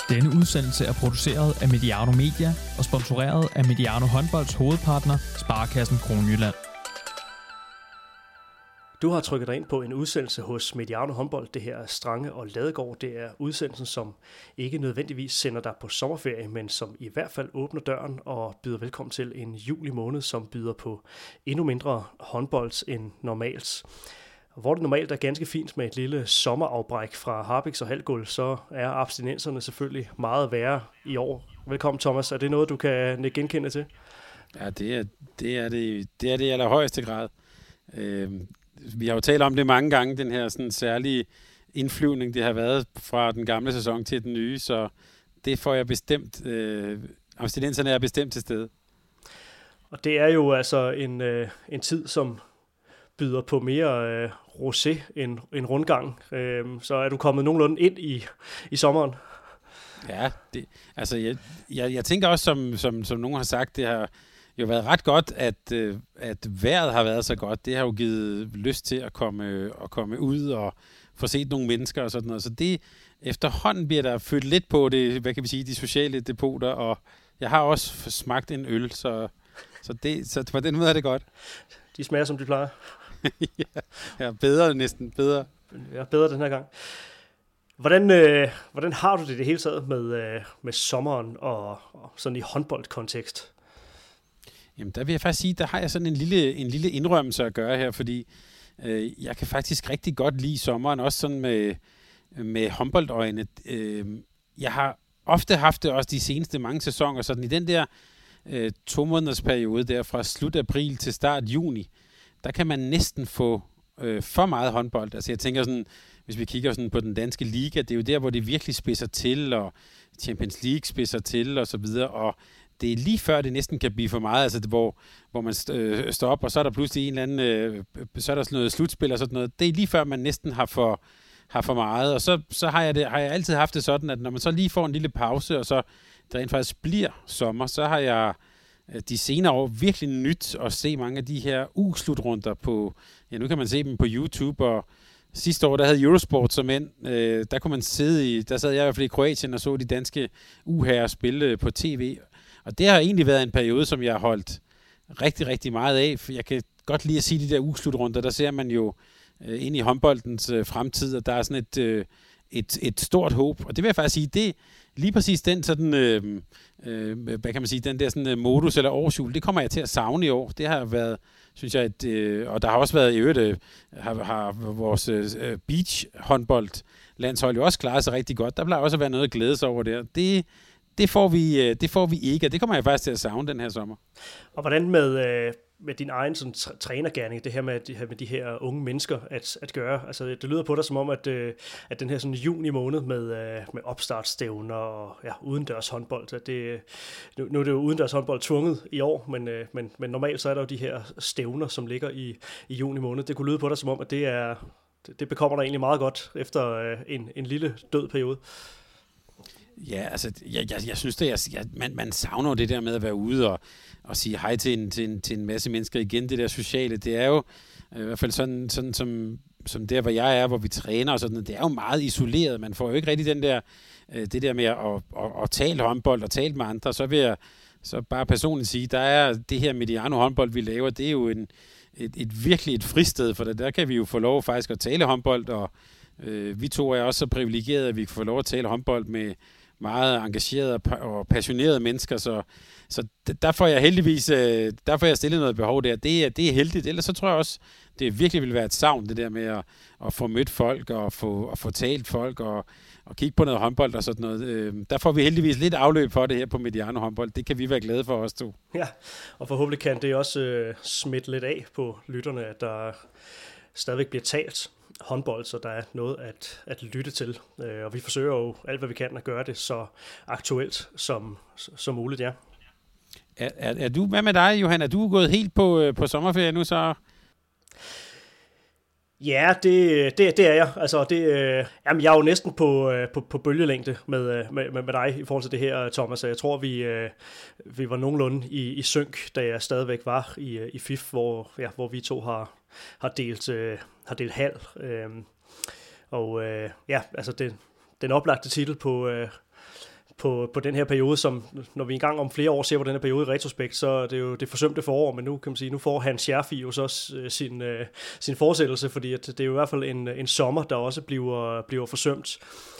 Denne udsendelse er produceret af Mediano Media og sponsoreret af Mediano Håndbolds hovedpartner, Sparekassen Kronjylland. Du har trykket dig ind på en udsendelse hos Mediano Håndbold. Det her er Strange og Ladegaard. Det er udsendelsen, som ikke nødvendigvis sender dig på sommerferie, men som i hvert fald åbner døren og byder velkommen til en juli måned, som byder på endnu mindre håndbold end normalt. Hvor det normalt er ganske fint med et lille sommerafbræk fra Harpiks og Halgul, så er abstinenserne selvfølgelig meget værre i år. Velkommen, Thomas. Er det noget, du kan genkende til? Ja, det er det i allerhøjeste grad. Vi har jo talt om det mange gange, den her sådan særlige indflyvning, det har været fra den gamle sæson til den nye, så det får jeg bestemt. Abstinenserne er bestemt til stede. Og det er jo altså en tid, som byder på mere rosé end rundgang. Så er du kommet nogenlunde ind i sommeren? Ja, jeg tænker også, som nogen har sagt, det har jo været ret godt, at vejret har været så godt. Det har jo givet lyst til at komme ud og få set nogle mennesker og sådan noget. Så det efterhånden bliver der fyldt lidt på det, hvad kan vi sige, de sociale depoter, og jeg har også smagt en øl, så på den måde er det godt. De smager, som de plejer. Ja, bedre næsten, bedre. Ja, bedre den her gang. Hvordan har du det hele taget med sommeren og sådan i håndboldkontekst? Jamen, der vil jeg faktisk sige, der har jeg sådan en lille indrømmelse at gøre her, fordi jeg kan faktisk rigtig godt lide sommeren, også sådan med håndboldøjne. Jeg har ofte haft det også de seneste mange sæsoner, sådan i den der 2 måneders periode der fra slut april til start juni, der kan man næsten få for meget håndbold. Altså jeg tænker sådan, hvis vi kigger sådan på den danske liga, det er jo der, hvor det virkelig spidser til, og Champions League spidser til, og så videre, og det er lige før, det næsten kan blive for meget, altså hvor man står op, og så er der pludselig en eller anden, så er der sådan noget slutspil og sådan noget. Det er lige før, man næsten har for meget, og så har jeg altid haft det sådan, at når man så lige får en lille pause, og så det rent faktisk bliver sommer, så har jeg de senere år virkelig nyt at se mange af de her U-slutrunder på, ja, nu kan man se dem på YouTube, og sidste år, der havde Eurosport som mænd, der kunne man der sad jeg i hvert fald i Kroatien og så de danske U-herrer spille på tv, og det har egentlig været en periode, som jeg har holdt rigtig, rigtig meget af, for jeg kan godt lide at sige de der U-slutrunder, der ser man jo ind i håndboldens fremtid, og der er sådan et stort håb, og det vil jeg faktisk sige, det lige præcis den sådan, hvad kan man sige, den der sådan modus eller årshjul, det kommer jeg til at savne i år. Det har været, synes jeg, og der har også været i øvrigt, har vores beach håndbold landshold jo også klaret sig rigtig godt. Der plejer også at være noget at glæde sig over der. Det får vi ikke, og det kommer jeg faktisk til at savne den her sommer. Og hvordan med din egen sådan, trænergerning, det her med de her unge mennesker at gøre? Altså, det lyder på dig som om, at den her sådan juni måned med opstartsstævner og ja, udendørs håndbold, at nu er det jo udendørs håndbold tvunget i år, men normalt så er der jo de her stævner, som ligger i juni måned. Det kunne lyde på dig som om, at det bekommer dig egentlig meget godt efter en lille død periode. Ja, altså, jeg synes det, man savner det der med at være ude og sige hej til en masse mennesker igen. Det der sociale, det er jo i hvert fald sådan som der, hvor jeg er, hvor vi træner og sådan noget, det er jo meget isoleret. Man får jo ikke rigtig det der med at tale håndbold og tale med andre. Så vil jeg så bare personligt sige, der er det her Mediano håndbold, vi laver, det er jo virkelig et fristed, for der kan vi jo få lov faktisk at tale håndbold, og vi to er også så privilegerede, at vi kan få lov at tale håndbold med meget engagerede og passionerede mennesker, så der får jeg heldigvis, stillet noget behov der. Det er heldigt, ellers så tror jeg også, det virkelig vil være et savn, det der med at få mødt folk, og få talt folk, og kigge på noget håndbold og sådan noget. Der får vi heldigvis lidt afløb for det her på Mediano håndbold. Det kan vi være glade for os to. Ja, og forhåbentlig kan det også smitte lidt af på lytterne, at der stadigvæk bliver talt håndbold, så der er noget at lytte til. Og vi forsøger jo alt, hvad vi kan at gøre det så aktuelt som muligt, ja. Hvad med dig, Johan? Er du gået helt på sommerferie nu så? Ja, det er jeg. Altså, jamen, jeg er jo næsten på bølgelængde med dig i forhold til det her, Thomas. Jeg tror, vi var nogenlunde i synk, da jeg stadigvæk var i FIF, hvor vi to har delt halv. Og ja, altså den oplagte titel på den her periode, som når vi engang om flere år ser på den her periode i retrospekt, så er det jo det forsømte forår, men nu kan man sige, nu får Hans Scherfig jo så sin fortsættelse, fordi at det er jo i hvert fald en sommer, der også bliver forsømt.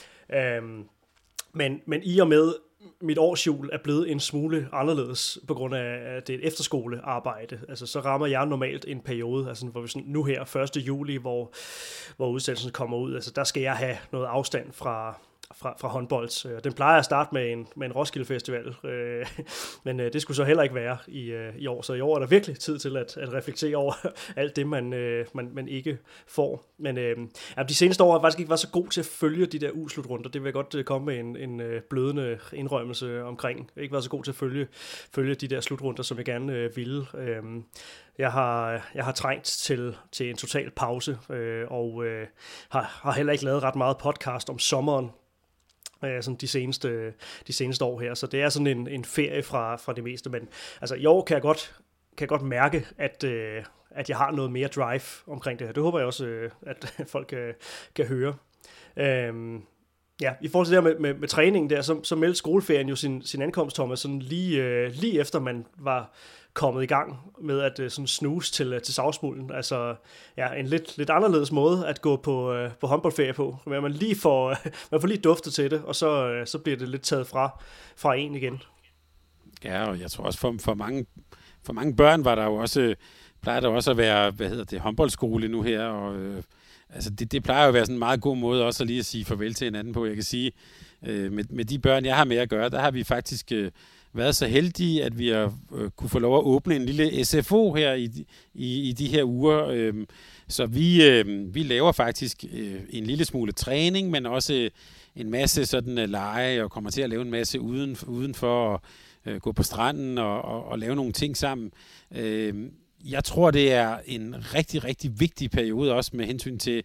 Men i og med mit årsjul er blevet en smule anderledes på grund af det efterskolearbejde. Altså så rammer jeg normalt en periode, altså hvor vi sådan, nu her 1. juli, hvor udsendelsen kommer ud, altså der skal jeg have noget afstand fra håndbold. Den plejer at starte med en Roskilde Festival, men det skulle så heller ikke være i år. Så i år er der virkelig tid til at reflektere over alt det, man ikke får. Men de seneste år har jeg faktisk ikke været så god til at følge de der U-slutrunder. Det vil jeg godt komme med en blødende indrømmelse omkring. Jeg har ikke været så god til at følge de der slutrunder, som jeg gerne ville. Jeg har trængt til en total pause, og har heller ikke lavet ret meget podcast om sommeren, sådan de seneste år her, så det er sådan en ferie fra det meste, men altså i år kan jeg godt mærke, at jeg har noget mere drive omkring det her. Det håber jeg også, at folk kan høre. Ja, i forhold til det her med træningen der, så meldte skoleferien jo sin ankomst, Thomas, sådan lige efter man var kommet i gang med at sådan snuse til savsmulden. Altså ja, en lidt anderledes måde at gå på håndboldferie på. Man får lige duftet til det, og så bliver det lidt taget fra en igen. Ja, og jeg tror også for mange børn var der jo også, plejer der også at være, håndboldskole nu her, og altså det plejer jo at være sådan en meget god måde også at lige at sige farvel til hinanden på. Jeg kan sige, med de børn, jeg har med at gøre, der har vi faktisk været så heldige, at vi har kunne få lov at åbne en lille SFO her i de her uger. Så vi laver faktisk en lille smule træning, men også en masse sådan lege, og kommer til at lave en masse udenfor, og gå på stranden og lave nogle ting sammen. Jeg tror, det er en rigtig, rigtig vigtig periode også med hensyn til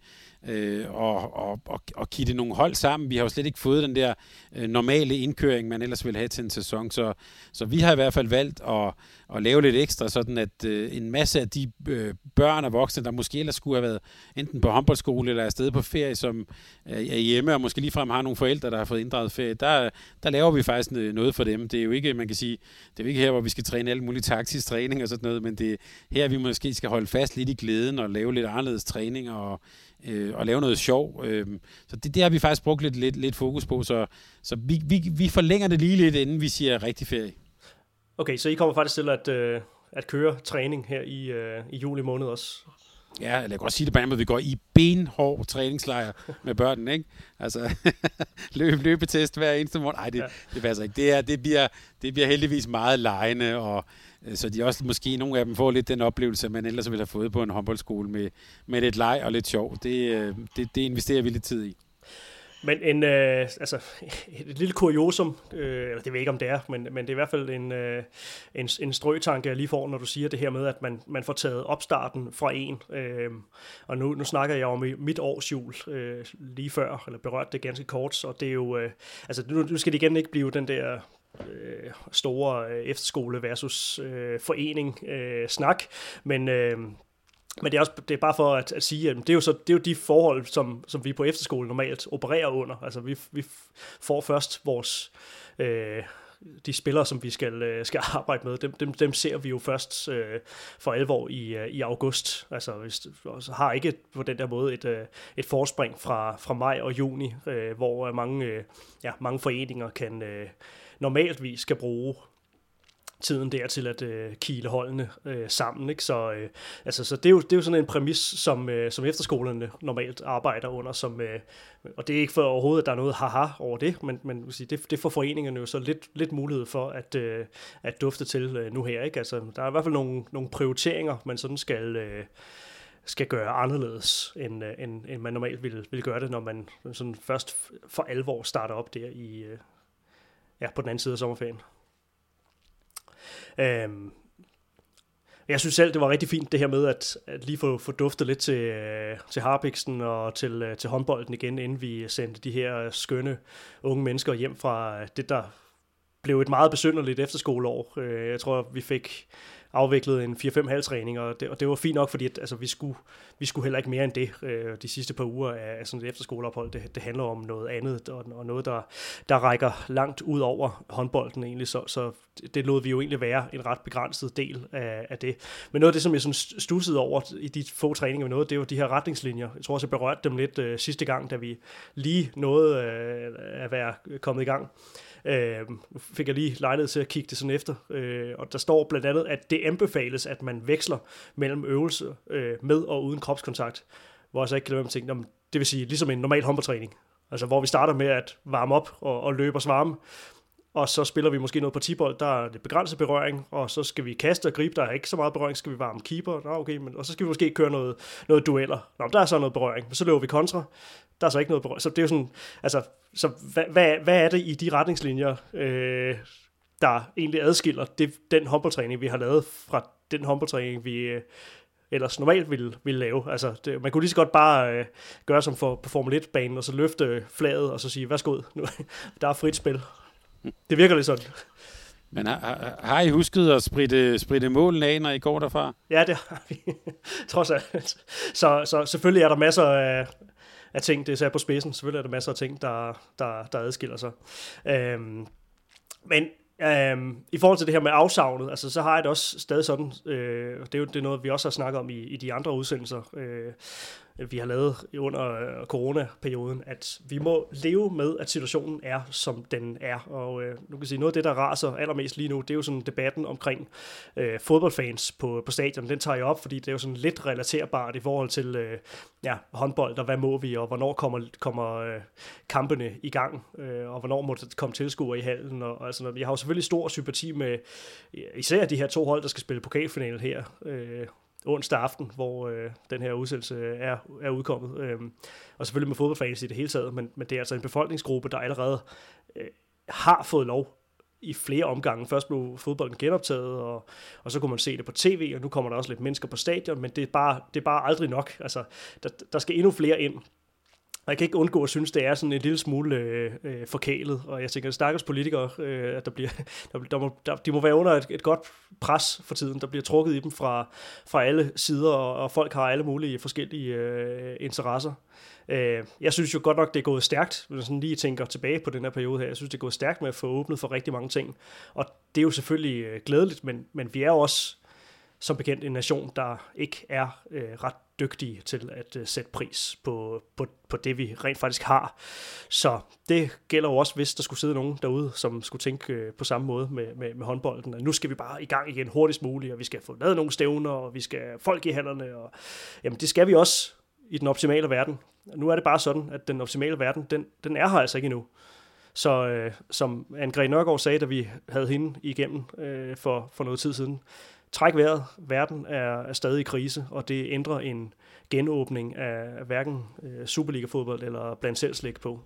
at kitte nogle hold sammen. Vi har jo slet ikke fået den der normale indkøring, man ellers vil have til en sæson. Så vi har i hvert fald valgt at lave lidt ekstra, sådan at en masse af de børn og voksne, der måske ellers skulle have været enten på håndboldskole eller afsted på ferie, som er hjemme og måske ligefrem har nogle forældre, der har fået inddraget ferie, der laver vi faktisk noget for dem. Det er jo ikke, man kan sige, det er jo ikke her, hvor vi skal træne alle mulige taktisk træning og sådan noget, men det er her, vi måske skal holde fast lidt i glæden og lave lidt anderledes træning og lave noget sjov. Så det har vi faktisk brugt lidt fokus på, så vi forlænger det lige lidt, inden vi siger rigtig ferie. Okay, så I kommer faktisk til at køre træning her i juli måned også? Ja, jeg kan godt sige det på en måde, vi går i benhård træningslejr med børnene, ikke? Altså, løbetest hver eneste morgen. Nej, det passer ikke. Det bliver heldigvis meget legende, og så de også måske nogle af dem får lidt den oplevelse, man ellers ville have fået på en håndboldskole med lidt leg og lidt sjov. Det investerer vi lidt tid i. Men et lille kuriosum, eller det ved jeg ikke, om det er, men det er i hvert fald en strøtanke, jeg lige får, når du siger det her med, at man får taget opstarten fra en. Og nu snakker jeg om mit årsjul lige før, eller berørt det ganske kort, så det er jo, nu skal det igen ikke blive den der store efterskole versus forening snak, men det er bare for at sige, at det er jo de forhold, som vi på efterskole normalt opererer under. Altså vi får først vores de spillere, som vi skal arbejde med, dem ser vi jo først for alvor i august. Altså har ikke på den der måde et forspring fra maj og juni, hvor mange foreninger kan normaltvis skal bruge tiden der til at kile holdene sammen, ikke? Så det er jo sådan en præmis, som efterskolerne normalt arbejder under, og det er ikke for overhovedet, at der er noget haha over det, men det får foreningerne jo så lidt mulighed for at dufte til nu her, ikke? Altså, der er i hvert fald nogle prioriteringer, man sådan skal gøre anderledes, end man normalt vil gøre det, når man sådan først for alvor starter op der på den anden side af sommerferien. Jeg synes selv, det var rigtig fint det her med at lige få duftet lidt til Harpiksen og til håndbolden igen, inden vi sendte de her skønne unge mennesker hjem fra det, der blev et meget besynderligt efterskoleår. Jeg tror, vi fik afviklet en 4-5 halvtræning, og det var fint nok, fordi altså, vi skulle heller ikke mere end det. De sidste par uger af sådan et efterskoleophold, det handler om noget andet, og noget, der rækker langt ud over håndbolden egentlig, så det lod vi jo egentlig være en ret begrænset del af det. Men noget af det, som jeg sådan stussede over i de få træninger, det er jo de her retningslinjer. Jeg tror også, jeg berørte dem lidt sidste gang, da vi lige nåede at være kommet i gang. Nu fik jeg lige lejlighed til at kigge det sådan efter, og der står blandt andet, at det anbefales, at man veksler mellem øvelser med og uden kropskontakt, hvor jeg så ikke kan lade være med at tænke, det vil sige ligesom en normal håndboldtræning, altså hvor vi starter med at varme op og løbe og svarme, og så spiller vi måske noget på tibold, der er det begrænset berøring, og så skal vi kaste og gribe, der er ikke så meget berøring, skal vi varme keeper, og så skal vi måske køre noget dueller, der er så noget berøring, men så løber vi kontra, der er så ikke noget berøring, så det er jo sådan, altså, så hvad er det i de retningslinjer, der egentlig adskiller den håndboldtræning, vi har lavet fra den håndboldtræning, vi ellers normalt ville lave. Altså, man kunne lige så godt bare gøre som på Formel 1-banen, og så løfte flaget, og så sige, værsgo, nu, der er frit spil. Det virker lidt sådan. Men har I husket at spritte målene af, når I går derfra? Ja, det har vi. Trods alt. Så selvfølgelig er der masser af ting, det er sat på spidsen. Selvfølgelig er der masser af ting, der adskiller sig. Men i forhold til det her med afsavnet, altså, så har jeg det også stadig sådan, det er noget, vi også har snakket om i de andre udsendelser, vi har lavet under coronaperioden, at vi må leve med, at situationen er, som den er. Og nu kan sige, noget af det, der raser allermest lige nu, det er jo sådan debatten omkring fodboldfans på stadion. Den tager jeg op, fordi det er jo sådan lidt relaterbart i forhold til håndbold, og hvad må vi, og hvornår kommer kampene i gang, og hvornår må der komme tilskuere i hallen. Og altså, jeg har jo selvfølgelig stor sympati med især de her 2 hold, der skal spille pokalfinalen her onsdag aften, hvor den her udsendelse er udkommet. Og selvfølgelig med fodboldfans i det hele taget, men det er altså en befolkningsgruppe, der allerede har fået lov i flere omgange. Først blev fodbolden genoptaget, og så kunne man se det på tv, og nu kommer der også lidt mennesker på stadion, men det er bare aldrig nok. Altså, der skal endnu flere ind. Og jeg kan ikke undgå at synes, det er sådan en lille smule forkælet, og jeg tænker, at stakkels politikere, at de må være under et godt pres for tiden, der bliver trukket i dem fra alle sider, og folk har alle mulige forskellige interesser. Jeg synes jo godt nok, det er gået stærkt, hvis jeg sådan lige tænker tilbage på den her periode her. Jeg synes, det er gået stærkt med at få åbnet for rigtig mange ting, og det er jo selvfølgelig glædeligt, men vi er jo også som bekendt en nation, der ikke er ret dygtige til at sætte pris på det, vi rent faktisk har. Så det gælder jo også, hvis der skulle sidde nogen derude, som skulle tænke på samme måde med håndbolden. Og nu skal vi bare i gang igen hurtigst muligt, og vi skal få lavet nogle stævner, og vi skal have folk i hallerne. Og jamen, det skal vi også i den optimale verden. Nu er det bare sådan, at den optimale verden, den er her altså ikke endnu. Så som Anne-Grethe Nørgaard sagde, da vi havde hende igennem for noget tid siden, træk vejret. Verden er stadig i krise, og det ændrer en genåbning af hverken Superliga-fodbold eller blandt selv slik på.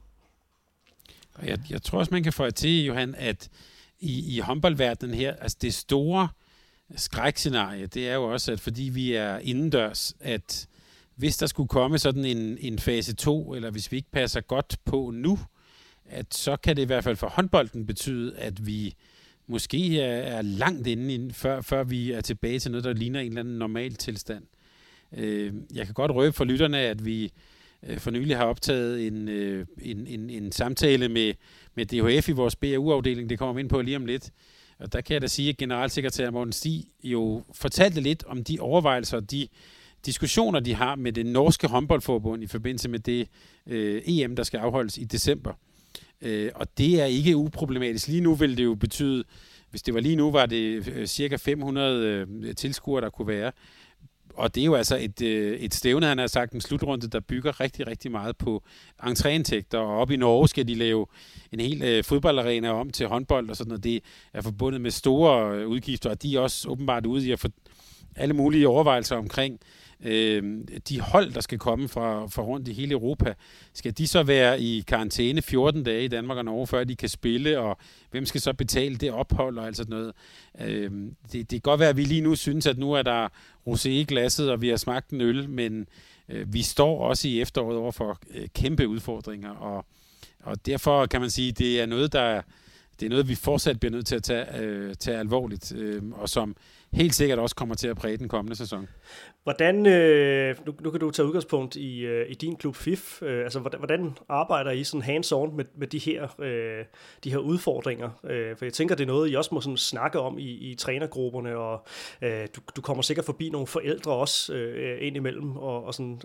Jeg tror også, man kan få til, Johan, at i håndboldverdenen her, altså det store skrækscenarie, det er jo også, at fordi vi er indendørs, at hvis der skulle komme sådan en fase 2, eller hvis vi ikke passer godt på nu, at så kan det i hvert fald for håndbolden betyde, at vi måske er langt inde, før vi er tilbage til noget, der ligner en eller anden normal tilstand. Jeg kan godt røbe for lytterne, at vi for nylig har optaget en samtale med DHF i vores BAU-afdeling. Det kommer vi ind på lige om lidt. Og der kan jeg da sige, at generalsekretær Morten Stig jo fortalte lidt om de overvejelser og de diskussioner, de har med det norske håndboldforbund i forbindelse med det EM, der skal afholdes i december. Og det er ikke uproblematisk. Lige nu vil det jo betyde, hvis det var lige nu, var det cirka 500 tilskuere, der kunne være. Og det er jo altså et stævne, han har sagt, en slutrunde, der bygger rigtig, rigtig meget på entréindtægter. Og op i Norge skal de lave en hel fodboldarena om til håndbold og sådan noget. Det er forbundet med store udgifter, og de er også åbenbart ude i at få alle mulige overvejelser omkring de hold, der skal komme fra rundt i hele Europa. Skal de så være i karantæne 14 dage i Danmark og Norge, før de kan spille, og hvem skal så betale det ophold og alt sådan noget? Det kan godt være, at vi lige nu synes, at nu er der rosé i glasset, og vi har smagt en øl, men vi står også i efteråret over for kæmpe udfordringer, og derfor kan man sige, at det er noget, vi fortsat bliver nødt til at tage alvorligt, og som helt sikkert også kommer til at præge den kommende sæson. Hvordan, nu kan du tage udgangspunkt i din klub FIF, altså hvordan arbejder I sådan hands-on med de her udfordringer? For jeg tænker, det er noget, I også må sådan snakke om i trænergrupperne, og du kommer sikkert forbi nogle forældre også indimellem, og sådan...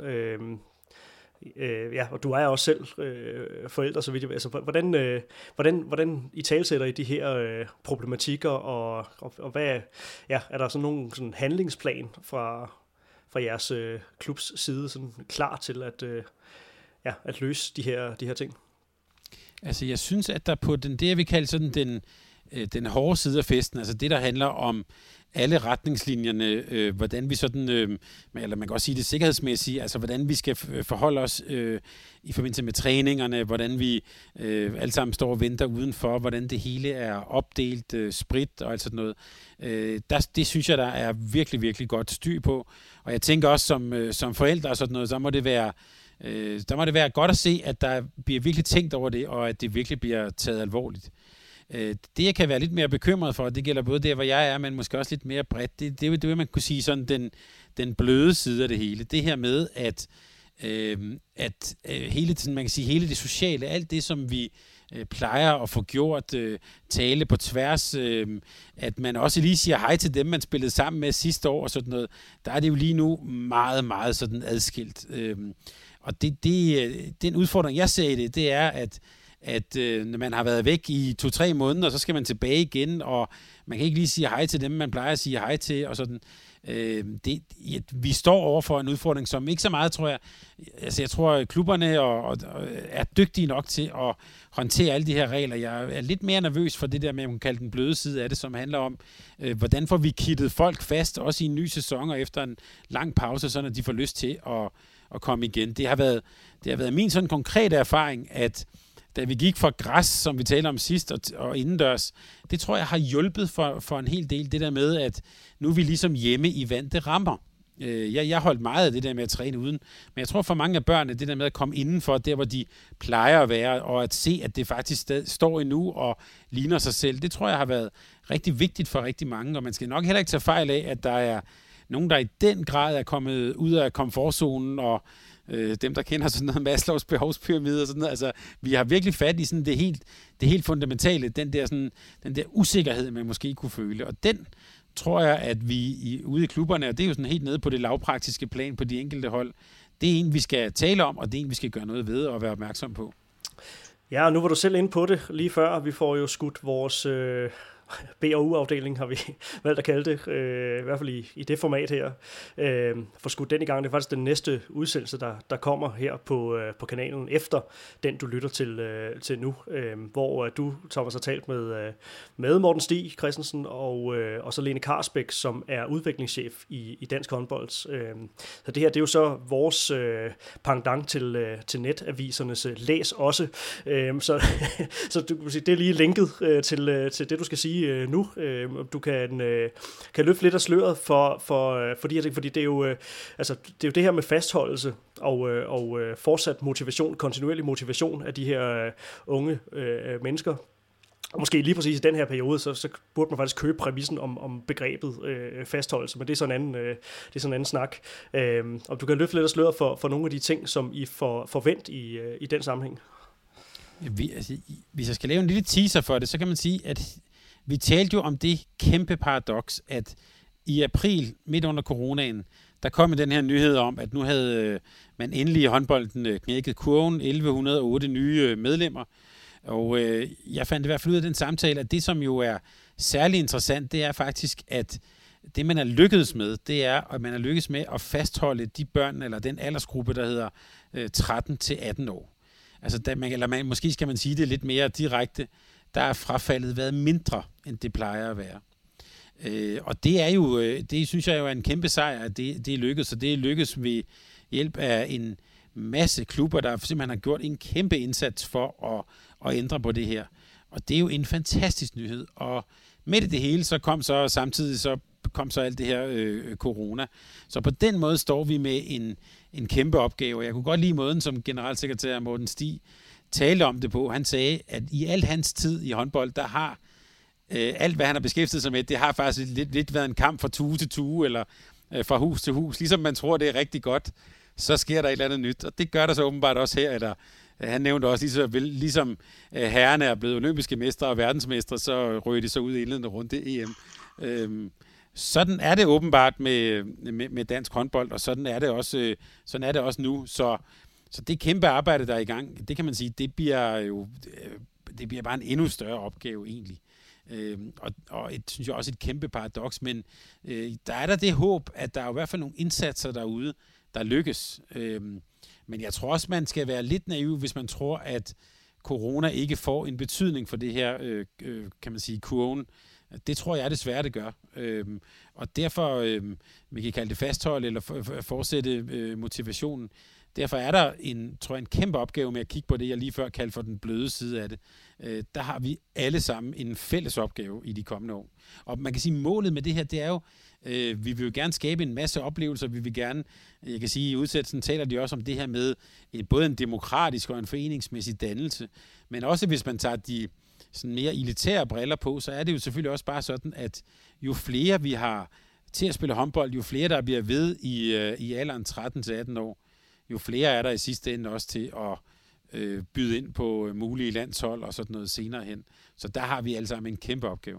og du er også selv forældre, så vidt jeg ved. Altså, hvordan I talsætter I de her problematikker, og hvad er der sådan nogen sådan handlingsplan fra jeres klubs side sådan klar til at løse de her ting? Altså jeg synes, at der på det jeg vil kalde sådan den hårde side af festen, altså det der handler om alle retningslinjerne, hvordan vi sådan, eller man kan også sige det sikkerhedsmæssige, altså hvordan vi skal forholde os i forbindelse med træningerne, hvordan vi alle sammen står og venter udenfor, hvordan det hele er opdelt, sprit og alt sådan noget. Det synes jeg, der er virkelig, virkelig godt styr på. Og jeg tænker også som forældre og sådan noget, så må det være godt at se, at der bliver virkelig tænkt over det, og at det virkelig bliver taget alvorligt. Det, jeg kan være lidt mere bekymret for, det gælder både der, hvor jeg er, men måske også lidt mere bredt, det vil man kunne sige sådan den bløde side af det hele. Det her med, at hele tiden, man kan sige, hele det sociale, alt det, som vi plejer at få gjort, tale på tværs, at man også lige siger hej til dem, man spillede sammen med sidste år og sådan noget, der er det jo lige nu meget, meget sådan adskilt. Og den udfordring, jeg ser i det er, at man har været væk i 2-3 måneder, og så skal man tilbage igen, og man kan ikke lige sige hej til dem, man plejer at sige hej til, og sådan. Vi står over for en udfordring, som ikke så meget, tror jeg. Altså, jeg tror, at klubberne og er dygtige nok til at håndtere alle de her regler. Jeg er lidt mere nervøs for det der med, at man kan kalde den bløde side af det, som handler om, hvordan får vi kittet folk fast, også i en ny sæson og efter en lang pause, så at de får lyst til at komme igen. Det har været min sådan konkrete erfaring, at da vi gik fra græs, som vi talte om sidst, og indendørs, det tror jeg har hjulpet for en hel del, det der med, at nu er vi ligesom hjemme i vante rammer. Jeg holdt meget af det der med at træne uden, men jeg tror for mange af børnene, det der med at komme indenfor, der hvor de plejer at være, og at se, at det faktisk står endnu og ligner sig selv, det tror jeg har været rigtig vigtigt for rigtig mange, og man skal nok heller ikke tage fejl af, at der er nogen, der i den grad er kommet ud af komfortzonen, og dem, der kender sådan noget Maslows behovspyramide og sådan noget. Altså, vi har virkelig fat i sådan det helt fundamentale, den der usikkerhed, man måske kunne føle. Og den tror jeg, at vi ude i klubberne, og det er jo sådan helt nede på det lavpraktiske plan på de enkelte hold, det er en, vi skal tale om, og det er en, vi skal gøre noget ved og være opmærksom på. Ja, og nu var du selv inde på det lige før. Vi får jo skudt vores B&U-afdeling, har vi valgt at kalde det, i hvert fald i det format her. For skudt den i gang, det er faktisk den næste udsendelse, der kommer her på kanalen, efter den, du lytter til nu, hvor du, Thomas, har talt med Morten Stig Christensen og så Lene Karsbæk, som er udviklingschef i Dansk Håndbold. Så det her, det er jo så vores pendant til netavisernes læs også. Så du kan sige, det er lige linket til det, du skal sige nu. Du kan løfte lidt af sløret for de her ting, fordi det er jo det her med fastholdelse og fortsat motivation, kontinuerlig motivation af de her unge mennesker. Og måske lige præcis i den her periode, så burde man faktisk købe præmissen om begrebet fastholdelse, men det er sådan en anden snak. Og du kan løfte lidt af sløret for nogle af de ting, som I forvent i den sammenhæng. Hvis jeg skal lave en lille teaser for det, så kan man sige, at vi talte jo om det kæmpe paradoks, at i april, midt under coronaen, der kom den her nyhed om, at nu havde man endelig i håndbolden knækket kurven, 1108 nye medlemmer. Og jeg fandt i hvert fald ud af den samtale, at det, som jo er særlig interessant, det er faktisk, at det, man er lykkedes med, det er, at man er lykkedes med at fastholde de børn, eller den aldersgruppe, der hedder 13-18 år. Altså, måske skal man sige det lidt mere direkte, der er frafaldet været mindre, end det plejer at være. Og det er jo, det synes jeg jo er en kæmpe sejr, at det er lykkedes, og det er lykkedes ved hjælp af en masse klubber, der simpelthen har gjort en kæmpe indsats for at ændre på det her. Og det er jo en fantastisk nyhed, og midt i det hele, så kom alt det her corona. Så på den måde står vi med en kæmpe opgave. Jeg kunne godt lide måden, som generalsekretær Morten Stig talte om det på. Han sagde, at i al hans tid i håndbold, der har alt, hvad han har beskæftiget sig med, det har faktisk lidt været en kamp fra tue til tue, eller fra hus til hus. Ligesom man tror, det er rigtig godt, så sker der et eller andet nyt. Og det gør der så åbenbart også her. Eller, han nævnte også, ligesom herrerne er blevet olympiske mestre og verdensmestre, så røg de så ud i indledende runde EM. Sådan er det åbenbart med dansk håndbold, og sådan er det også nu. Så det kæmpe arbejde, der er i gang, det kan man sige, det bliver bare en endnu større opgave egentlig. Og synes jeg også et kæmpe paradoks, men der er der det håb, at der er i hvert fald nogle indsatser derude, der lykkes. Men jeg tror også, man skal være lidt naiv, hvis man tror, at corona ikke får en betydning for det her, kan man sige, kurven. Det tror jeg desværre, det gør. Og derfor, vi kan kalde det fasthold eller fortsætte motivationen. Derfor er der en kæmpe opgave med at kigge på det, jeg lige før kaldte for den bløde side af det. Der har vi alle sammen en fælles opgave i de kommende år. Og man kan sige, målet med det her, det er jo, vi vil jo gerne skabe en masse oplevelser. Vi vil gerne, jeg kan sige, i udsættelsen taler de også om det her med både en demokratisk og en foreningsmæssig dannelse. Men også hvis man tager de sådan mere elitære briller på, så er det jo selvfølgelig også bare sådan, at jo flere vi har til at spille håndbold, jo flere der bliver ved i alderen 13-18 år, jo flere er der i sidste ende også til at byde ind på mulige landshold og sådan noget senere hen. Så der har vi alle sammen en kæmpe opgave.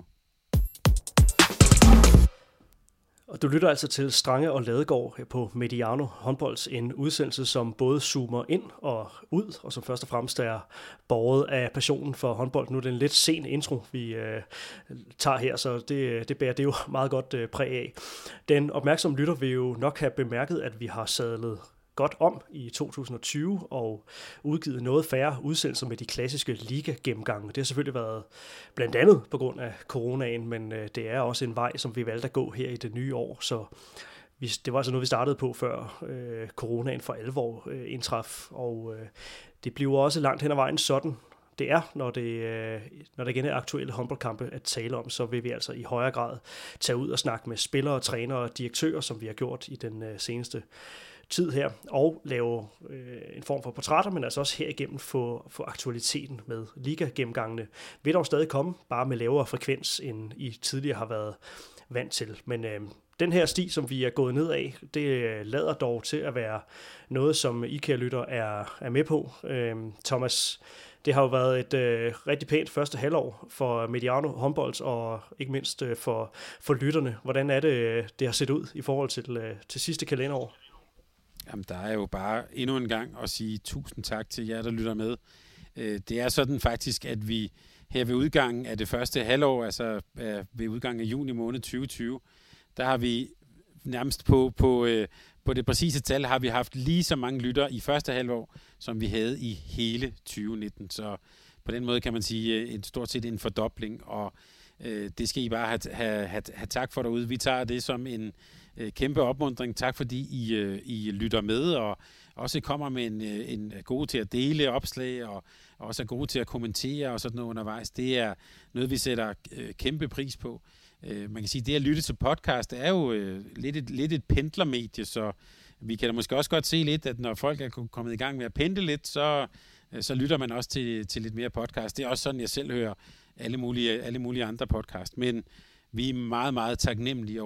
Og du lytter altså til Strange og Ladegaard på Mediano Håndbolds, en udsendelse, som både zoomer ind og ud, og som først og fremmest er båret af passionen for håndbold. Nu er det en lidt sen intro, vi tager her, så det bærer det jo meget godt præg af. Den opmærksomme lytter vil jo nok have bemærket, at vi har sadlet godt om i 2020 og udgivet noget færre udsendelser med de klassiske liga-gennemgange. Det har selvfølgelig været blandt andet på grund af coronaen, men det er også en vej, som vi valgte at gå her i det nye år. Så det var altså noget, vi startede på før coronaen for alvor indtraf, og det bliver også langt hen ad vejen sådan. Det er, når der igen er aktuelle håndboldkampe at tale om, så vil vi altså i højere grad tage ud og snakke med spillere, trænere og direktører, som vi har gjort i den seneste tid her, og lave en form for portrætter, men altså også herigennem få aktualiteten med liga-gennemgangene. Vil dog stadig komme, bare med lavere frekvens, end I tidligere har været vant til. Men den her sti, som vi er gået ned af, det lader dog til at være noget, som I kære lytter er med på. Thomas, det har jo været et rigtig pænt første halvår for Mediano Håndbolds, og ikke mindst for lytterne. Hvordan er det har set ud i forhold til sidste kalenderår? Jamen, der er jo bare endnu en gang at sige tusind tak til jer, der lytter med. Det er sådan faktisk, at vi her ved udgangen af det første halvår, altså ved udgangen af juni måned 2020, der har vi nærmest på det præcise tal, har vi haft lige så mange lyttere i første halvår, som vi havde i hele 2019. Så på den måde kan man sige stort set en fordobling, og det skal I bare have tak for derude. Vi tager det som en kæmpe opmuntring. Tak fordi I lytter med, og også kommer med en gode til at dele opslag, og også er gode til at kommentere og sådan noget undervejs. Det er noget, vi sætter kæmpe pris på. Man kan sige, at det at lytte til podcast er jo lidt et pendlermedie, så vi kan da måske også godt se lidt, at når folk er kommet i gang med at pendle lidt, så lytter man også til lidt mere podcast. Det er også sådan, jeg selv hører alle mulige andre podcast. Men vi er meget, meget taknemmelige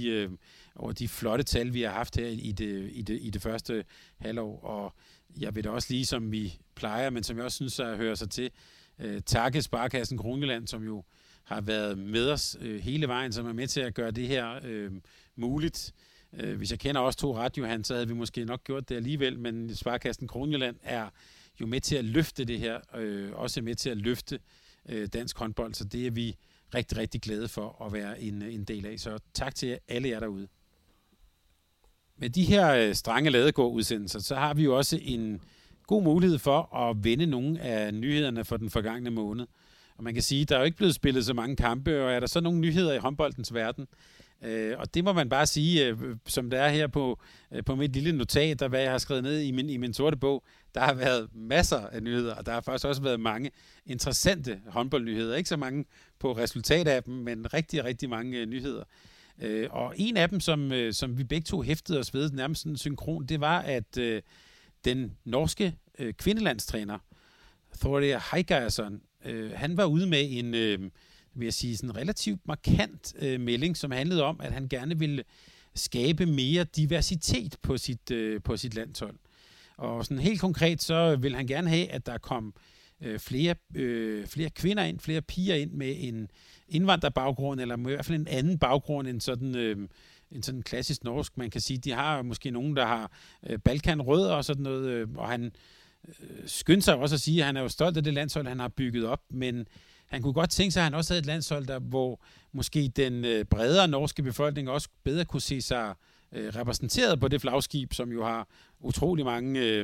over de flotte tal, vi har haft her i det første halvår. Og jeg vil da også lige, som vi plejer, men som jeg også synes, at hører sig til, takke Sparekassen Kronjylland, som jo har været med os hele vejen, som er med til at gøre det her muligt. Hvis jeg kender også to ret, Johan, så havde vi måske nok gjort det alligevel, men Sparekassen Kronjylland er jo med til at løfte det her, også med til at løfte dansk håndbold, så det er vi rigtig, rigtig glade for at være en del af. Så tak til alle jer derude. Med de her Strange Ladegaard-udsendelser, så har vi jo også en god mulighed for at vende nogle af nyhederne for den forgangne måned. Og man kan sige, at der er jo ikke blevet spillet så mange kampe, og er der så nogle nyheder i håndboldens verden? Og det må man bare sige, som det er her på mit lille notat, der hvad jeg har skrevet ned i min sorte bog, der har været masser af nyheder, og der har faktisk også været mange interessante håndboldnyheder. Ikke så mange på resultat af dem, men rigtig, rigtig mange nyheder. Og en af dem, som vi begge to hæftede os ved, nærmest sådan synkron, det var, at den norske kvindelandstræner, Thore Heigarsson, han var ude med vil jeg sige, sådan en relativt markant melding, som handlede om, at han gerne ville skabe mere diversitet på sit landshold. Og sådan helt konkret, så vil han gerne have, at der kom flere kvinder ind, flere piger ind med en indvandrerbaggrund, eller i hvert fald en anden baggrund end sådan klassisk norsk. Man kan sige, de har måske nogen, der har balkanrødder og sådan noget, og han skyndte sig også at sige, at han er jo stolt af det landshold, han har bygget op, men han kunne godt tænke sig, at han også havde et landshold, hvor måske den bredere norske befolkning også bedre kunne se sig repræsenteret på det flagskib, som jo har utrolig mange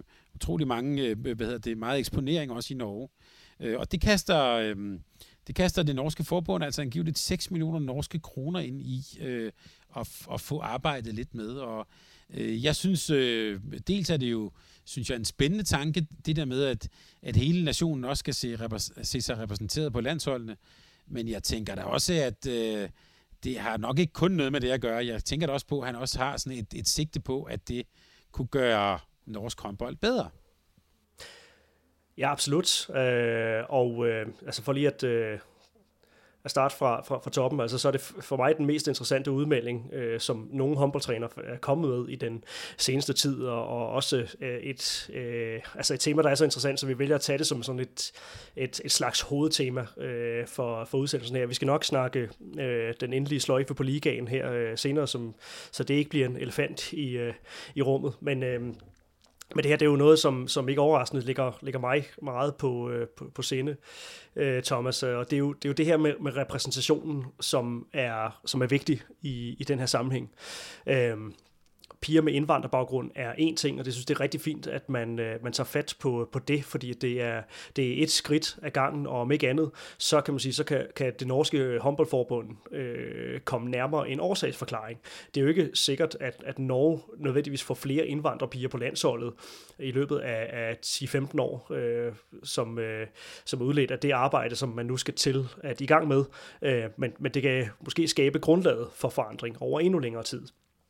meget eksponering også i Norge. Og det kaster det norske forbund altså angiveligt 6 millioner norske kroner ind i at få arbejdet lidt med. Og jeg synes, dels er det jo, synes jeg, en spændende tanke, det der med, at hele nationen også skal se sig repræsenteret på landsholdene. Men jeg tænker da også, at det har nok ikke kun noget med det at gøre. Jeg tænker da også på, at han også har sådan et sigte på, at det kunne gøre norsk håndbold bedre. Ja, absolut. Altså for lige at starte fra toppen, altså så er det for mig den mest interessante udmelding, som nogle håndboldtræner er kommet med i den seneste tid, og også et tema, der er så interessant, så vi vælger at tage det som sådan et slags hovedtema for udsendelsen her. Vi skal nok snakke den endelige sløjfe på ligaen her senere, så det ikke bliver en elefant i rummet, men det her, det er jo noget, som ikke overraskende ligger mig meget på sinde, Thomas. Og det er jo det her med repræsentationen, som er vigtig i den her sammenhæng. Piger med indvandrerbaggrund er en ting, og det synes det er rigtig fint, at man tager fat på det, fordi det er et skridt af gangen, og om ikke andet, så kan man sige, så kan det norske håndboldforbund komme nærmere en årsagsforklaring. Det er jo ikke sikkert, at Norge nødvendigvis får flere indvandrerpiger på landsholdet i løbet af 10-15 år, som er udledt af det arbejde, som man nu skal til at i gang med, men det kan måske skabe grundlaget for forandring over endnu længere tid.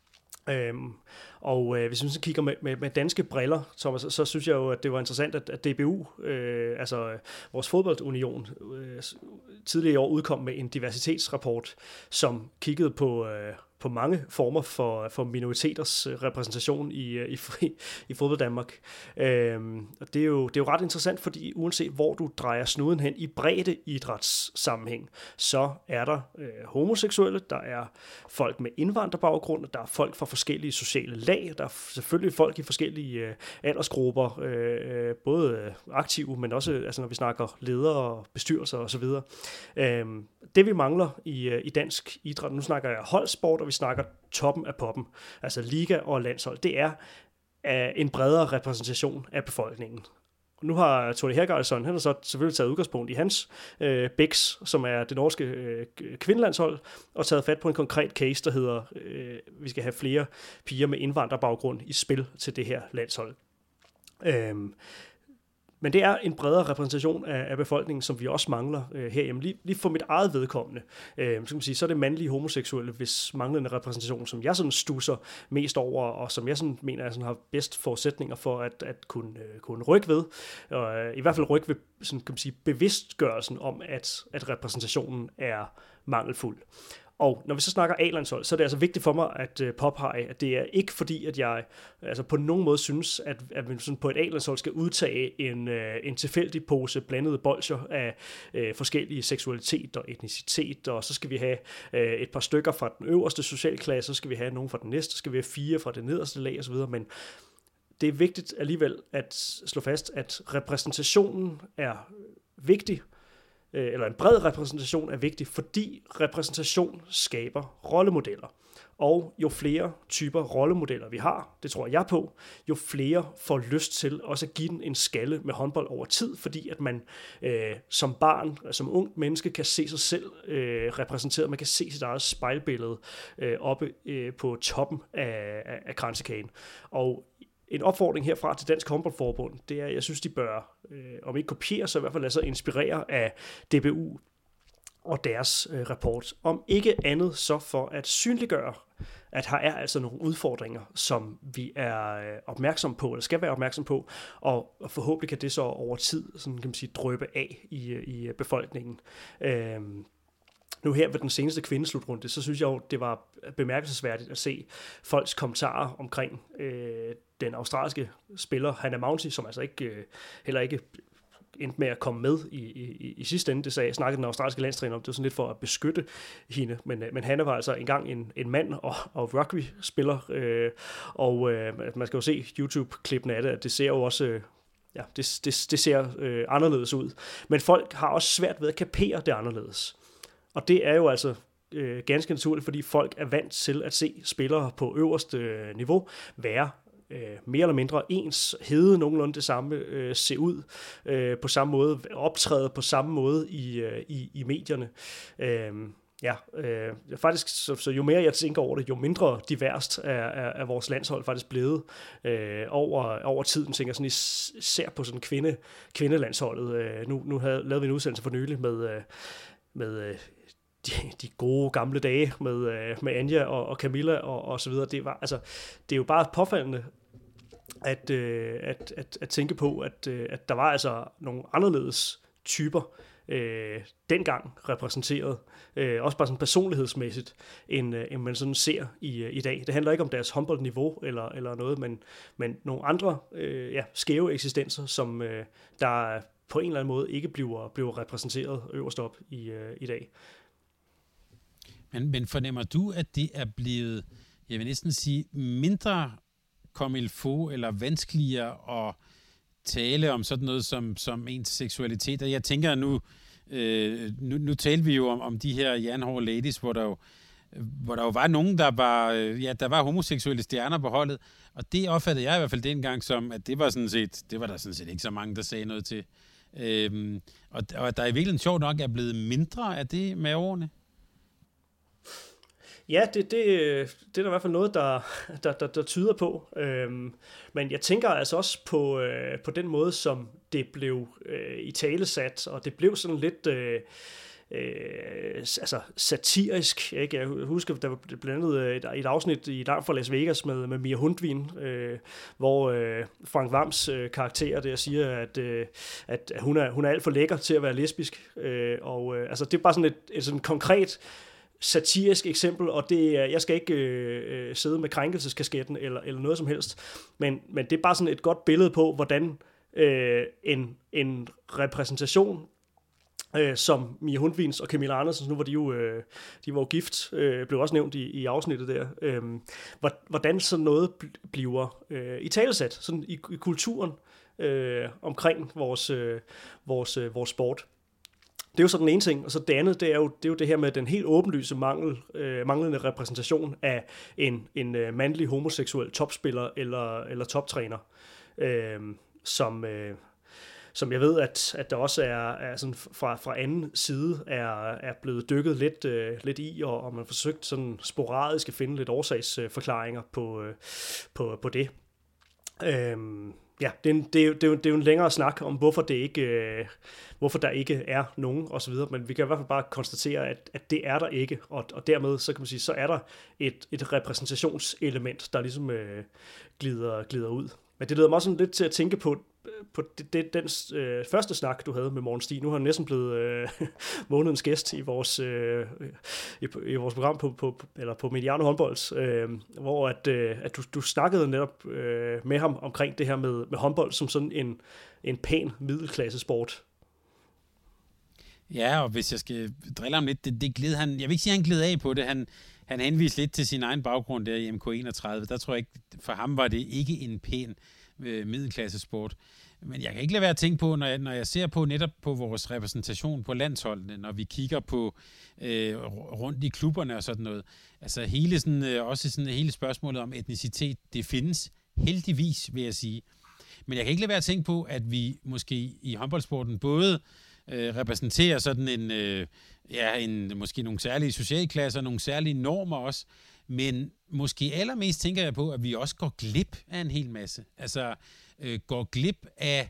Hvis vi så kigger med danske briller, Thomas, så synes jeg jo, at det var interessant, at DBU, altså vores fodboldunion, tidligere i år udkom med en diversitetsrapport, som kiggede på mange former for minoriteters repræsentation i fodbold Danmark. Og det er jo ret interessant, fordi uanset hvor du drejer snuden hen i bredde idrætssammenhæng, så er der homoseksuelle, der er folk med indvandrerbaggrund, der er folk fra forskellige sociale lag, der er selvfølgelig folk i forskellige aldersgrupper, både aktive, men også altså, når vi snakker ledere, bestyrelser osv. Det vi mangler i dansk idræt, nu snakker jeg holdsport, og vi snakker toppen af poppen, altså liga og landshold, det er en bredere repræsentation af befolkningen. Nu har Tony Hergardsson, han har så selvfølgelig taget udgangspunkt i hans BIX, som er det norske kvindelandshold, og taget fat på en konkret case, der hedder, vi skal have flere piger med indvandrerbaggrund i spil til det her landshold. Men det er en bredere repræsentation af befolkningen, som vi også mangler herhjemme. Lige for mit eget vedkommende, så er det mandlige homoseksuelle, hvis manglende repræsentation, som jeg sådan stusser mest over, og som jeg sådan mener, jeg sådan har bedst forudsætninger for at kunne rykke ved. Og i hvert fald rykke ved sådan, kan man sige, bevidstgørelsen om, at repræsentationen er mangelfuld. Og når vi så snakker A-landshold, så er det altså vigtigt for mig at påpege, at det er ikke fordi, at jeg altså på nogen måde synes, at vi sådan på et A-landshold skal udtage en tilfældig pose blandede bolsjer af forskellige seksualitet og etnicitet, og så skal vi have et par stykker fra den øverste socialklasse, så skal vi have nogen fra den næste, så skal vi have 4 fra det nederste lag osv., men det er vigtigt alligevel at slå fast, at repræsentationen er vigtig, eller en bred repræsentation er vigtig, fordi repræsentation skaber rollemodeller. Og jo flere typer rollemodeller vi har, det tror jeg på, jo flere får lyst til også at give den en skalle med håndbold over tid, fordi at man som barn, som ung menneske, kan se sig selv repræsenteret, man kan se sit eget spejlbillede oppe på toppen af kransekagen. Og en opfordring herfra til Dansk Håndboldforbund, det er, jeg synes, de bør, om ikke kopiere, så i hvert fald lade sig inspirere af DBU. og deres rapport. Om ikke andet så for at synliggøre, at her er altså nogle udfordringer, som vi er opmærksom på, eller skal være opmærksom på, og forhåbentlig kan det så over tid, sådan kan man sige, dryppe af i befolkningen. Nu her ved den seneste kvindeslutrunde, så synes jeg jo, det var bemærkelsesværdigt at se folks kommentarer omkring den australske spiller Hannah Mounty, som altså heller ikke endte med at komme med i sidste ende. Det sagde, jeg snakkede den australske landstræner om, det var sådan lidt for at beskytte hende, men Hannah var altså engang en mand og rugby-spiller, og man skal jo se YouTube-klippene af det, at det ser jo også... Ja, det ser anderledes ud. Men folk har også svært ved at kapere det anderledes. Og det er jo altså ganske naturligt, fordi folk er vant til at se spillere på øverste niveau være mere eller mindre ens, hedde nogenlunde det samme, se ud på samme måde, optræde på samme måde i medierne. Faktisk, så jo mere jeg tænker over det, jo mindre diverst er vores landshold faktisk blevet over tiden, tænker sådan især på sådan kvindelandsholdet. Nu lavede vi en udsendelse for nylig med de gode gamle dage med Anja og Camilla og så videre. Det er jo bare påfaldende at tænke på, at der var altså nogle anderledes typer dengang repræsenteret, også bare sådan personlighedsmæssigt, end man sådan ser i dag. Det handler ikke om deres håndboldniveau eller noget, men nogle andre skæve eksistenser, som der på en eller anden måde ikke bliver repræsenteret øverst op i dag. Men fornemmer du, at det er blevet, jeg vil næsten sige, mindre comme il faut, eller vanskeligere at tale om sådan noget som ens seksualitet? Og jeg tænker nu taler vi jo om de her jernhårde ladies, hvor der jo var nogen, der var homoseksuelle stjerner på holdet, og det opfattede jeg i hvert fald dengang som, at det var der sådan set ikke så mange, der sagde noget til. Og der i virkeligheden sjovt nok er blevet mindre af det med årene. Ja, det er der i hvert fald noget, der tyder på. Men jeg tænker altså også på den måde, som det blev italesat, og det blev sådan lidt satirisk. Ikke? Jeg husker, der var blandt andet et afsnit i Langt fra Las Vegas med Mia Hundvin, hvor Frank Hvams karakter der siger, at hun er alt for lækker til at være lesbisk. Det er bare sådan et sådan konkret satirisk eksempel, og jeg skal ikke sidde med krænkelseskasketten eller noget som helst, men det er bare sådan et godt billede på, hvordan en repræsentation som Mia Hundvins og Camilla Andersen, nu var de var jo gift, blev også nævnt i afsnittet der, hvordan sådan noget bliver italesat sådan i kulturen omkring vores sport. Det er jo så den ene ting, og så det andet, det er jo det her med den helt åbenlyse manglende repræsentation af en mandlig homoseksuel topspiller eller toptræner, som jeg ved, at der også er sådan fra anden side er blevet dykket lidt i, og man har forsøgt sådan sporadisk at finde lidt årsagsforklaringer på det. Ja, det er jo en længere snak om, hvorfor der ikke er nogen osv., men vi kan i hvert fald bare konstatere, at det er der ikke, og dermed så kan man sige, så er der et repræsentationselement, der ligesom glider ud. Men det leder mig også sådan lidt til at tænke på den første snak, du havde med Morten Stig. Nu har han næsten blevet månedens gæst i vores program på Mediano Håndbold, hvor at du snakkede netop med ham omkring det her med håndbold som sådan en pæn middelklassesport. Ja, og hvis jeg skal drille ham lidt, det gled han, jeg vil ikke sige, at han gled af på det. Han henviste lidt til sin egen baggrund der i MK31. Der tror jeg ikke, for ham var det ikke en pæn middelklassesport. Men jeg kan ikke lade være at tænke på, når jeg ser på netop på vores repræsentation på landsholdene, når vi kigger på rundt i klubberne og sådan noget. Altså hele spørgsmålet om etnicitet, det findes heldigvis, vil jeg sige. Men jeg kan ikke lade være at tænke på, at vi måske i håndboldsporten både repræsenterer sådan måske nogle særlige socialklasser, nogle særlige normer også, men måske allermest tænker jeg på, at vi også går glip af en hel masse. Altså går glip af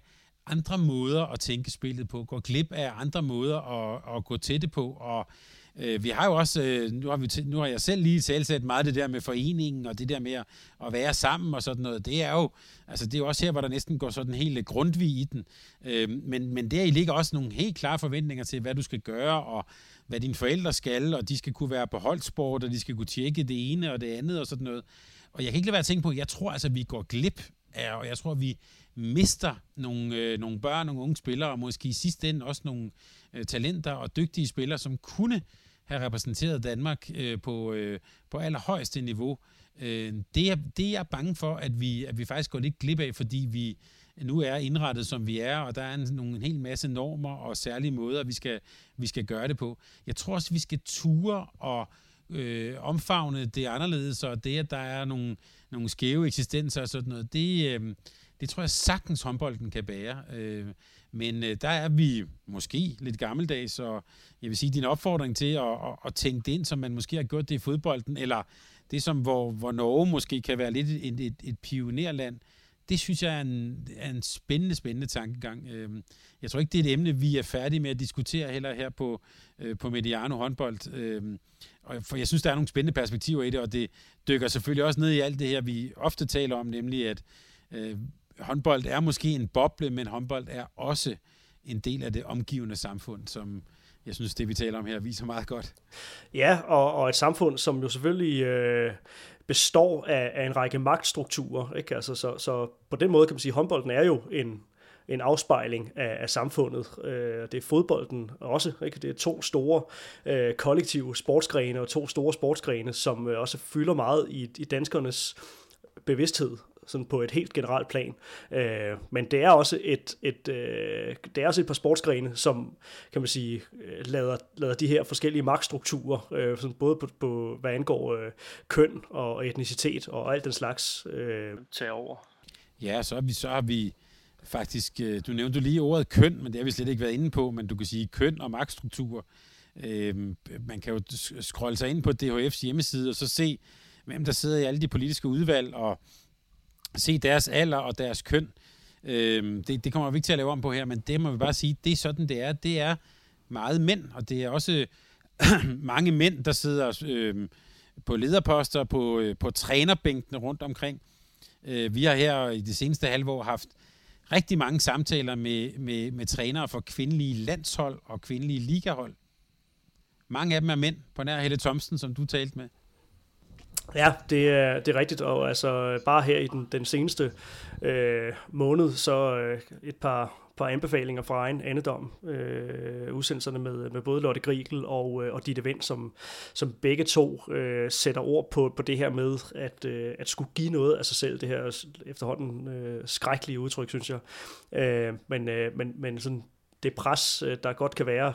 andre måder at tænke spillet på, går glip af andre måder at gå til det på, og vi har jo også, nu har jeg selv lige talsat meget det der med foreningen, og det der med at være sammen og sådan noget, det er jo også her, hvor der næsten går sådan helt Grundtvig i den, men der i ligger også nogle helt klare forventninger til, hvad du skal gøre, og hvad dine forældre skal, og de skal kunne være på holdsport, og de skal kunne tjekke det ene og det andet og sådan noget. Og jeg kan ikke lade være at tænke på, jeg tror altså, vi går glip af, og jeg tror, vi mister nogle børn, nogle unge spillere, og måske i sidste ende også nogle talenter og dygtige spillere, som kunne have repræsenteret Danmark på allerhøjeste niveau. Det er jeg bange for, at vi faktisk går lidt glip af, fordi vi nu er indrettet, som vi er, og der er en hel masse normer og særlige måder, vi skal gøre det på. Jeg tror også, vi skal ture og omfavne det anderledes, og det, at der er nogle skæve eksistenser og sådan noget, det tror jeg sagtens håndbolden kan bære. Men der er vi måske lidt gammeldags, og jeg vil sige, din opfordring til at tænke det ind, som man måske har gjort det i fodbolden, eller det som, hvor Norge måske kan være lidt et pionerland, det synes jeg er en spændende tankegang. Jeg tror ikke, det er et emne, vi er færdige med at diskutere heller her på Mediano håndbold. For jeg synes, der er nogle spændende perspektiver i det, og det dykker selvfølgelig også ned i alt det her, vi ofte taler om, nemlig at håndbold er måske en boble, men håndbold er også en del af det omgivende samfund, som jeg synes, det vi taler om her viser meget godt. Ja, og et samfund, som jo selvfølgelig består af en række magtstrukturer, ikke? Altså, så på den måde kan man sige, at håndbolden er jo en afspejling af samfundet. Det er fodbolden også, ikke? Det er to store kollektive sportsgrene og to store sportsgrene, som også fylder meget i danskernes bevidsthed, sådan på et helt generelt plan. Men det er også et par sportsgrene, som kan man sige lader de her forskellige magtstrukturer, sådan både på hvad angår køn og etnicitet og alt den slags tage over. Ja, så har vi faktisk, du nævnte lige ordet køn, men det har vi slet ikke været inde på, men du kan sige køn og magtstruktur. Man kan jo scrolle sig ind på DHF's hjemmeside og så se, hvem der sidder i alle de politiske udvalg, og se deres alder og deres køn. Det kommer vi ikke til at lave om på her, men det må vi bare sige, det er sådan, det er. Det er meget mænd, og det er også mange mænd, der sidder på lederposter, på trænerbænkene rundt omkring. Vi har her i det seneste halve år haft rigtig mange samtaler med trænere for kvindelige landshold og kvindelige ligahold. Mange af dem er mænd, på nær Helle Thomsen, som du talte med. Ja, det er rigtigt, og altså bare her i den seneste måned, så et par anbefalinger fra egen andedom, udsendelserne med både Lotte Grigel og Ditte Vind, som begge to sætter ord på det her med at skulle give noget af sig selv, det her efterhånden skrækkelige udtryk, synes jeg. Men sådan det pres, der godt kan være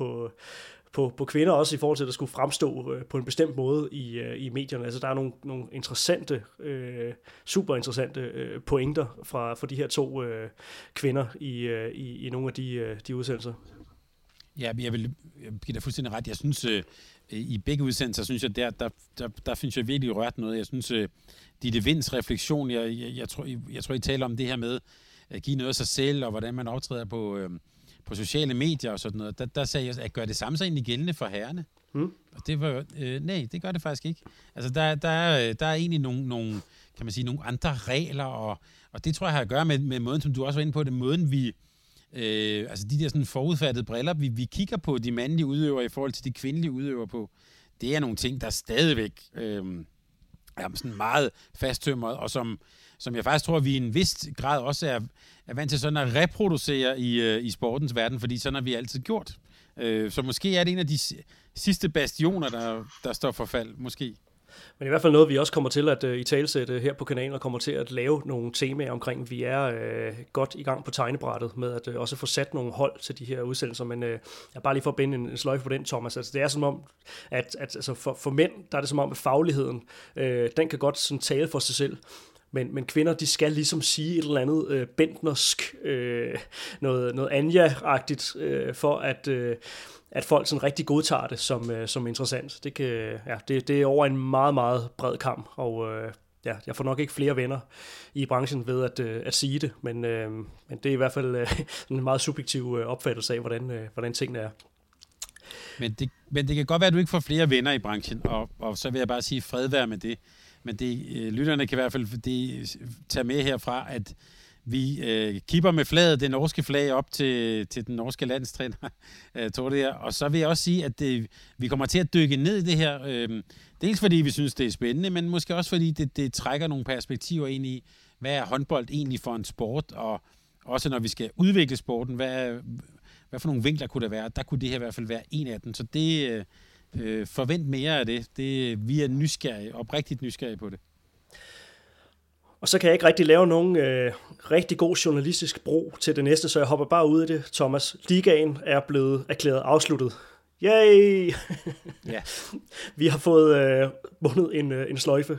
på kvinder også i forhold til at skulle fremstå på en bestemt måde i medierne. Altså der er nogle interessante, super interessante pointer fra de her to kvinder i nogle af de udsendelser. Ja, jeg vil give dig fuldstændig ret. Jeg synes, i begge udsendelser, synes jeg, der synes jeg virkelig rørt noget. Jeg synes, Ditte Vinds refleksion, jeg tror, I taler om det her med at give noget af sig selv, og hvordan man optræder på sociale medier og sådan noget, der sagde jeg, at gør det samme så egentlig gældende for herrerne. Og det var nej, det gør det faktisk ikke. Altså, der er egentlig nogle, kan man sige, nogle andre regler, og det tror jeg har at gøre med måden, som du også var inde på, det måden vi, altså de der sådan forudfattede briller, vi kigger på de mandlige udøvere i forhold til de kvindelige udøvere på, det er nogle ting, der stadigvæk er sådan meget fasttømret, og som jeg faktisk tror, at vi i en vis grad også er vant til sådan at reproducere i sportens verden, fordi sådan har vi altid gjort. Så måske er det en af de sidste bastioner, der står for fald, måske. Men i hvert fald noget, vi også kommer til at italesætte her på kanalen, og kommer til at lave nogle temaer omkring. Vi er godt i gang på tegnebrættet med at også få sat nogle hold til de her udsendelser, men jeg bare lige for at binde en sløjfe på den, Thomas. Altså, det er som om, at altså for mænd, der er det som om, at fagligheden, den kan godt sådan tale for sig selv. Men kvinder, de skal ligesom sige et eller andet bentnersk, noget Anja-agtigt, for at folk sådan rigtig godtager det som interessant. Det er over en meget, meget bred kamp, og ja, jeg får nok ikke flere venner i branchen ved at sige det, men det er i hvert fald en meget subjektiv opfattelse af, hvordan tingene er. Men det kan godt være, at du ikke får flere venner i branchen, og så vil jeg bare sige fred være med det. Men lytterne kan i hvert fald tage med herfra, at vi kipper med flaget, det norske flag, op til den norske landstræner, Tordea. Og så vil jeg også sige, at vi kommer til at dykke ned i det her. Dels fordi vi synes, det er spændende, men måske også fordi det trækker nogle perspektiver ind i, hvad er håndbold egentlig for en sport, og også når vi skal udvikle sporten, hvad for nogle vinkler kunne der være? Der kunne det her i hvert fald være en af dem. Så det forvent mere af det. Vi er nysgerrige, oprigtigt nysgerrige på det. Og så kan jeg ikke rigtig lave nogen rigtig god journalistisk bro til det næste, så jeg hopper bare ud i det. Thomas, ligaen er blevet erklæret afsluttet. Yay! Ja. Vi har fået bundet en sløjfe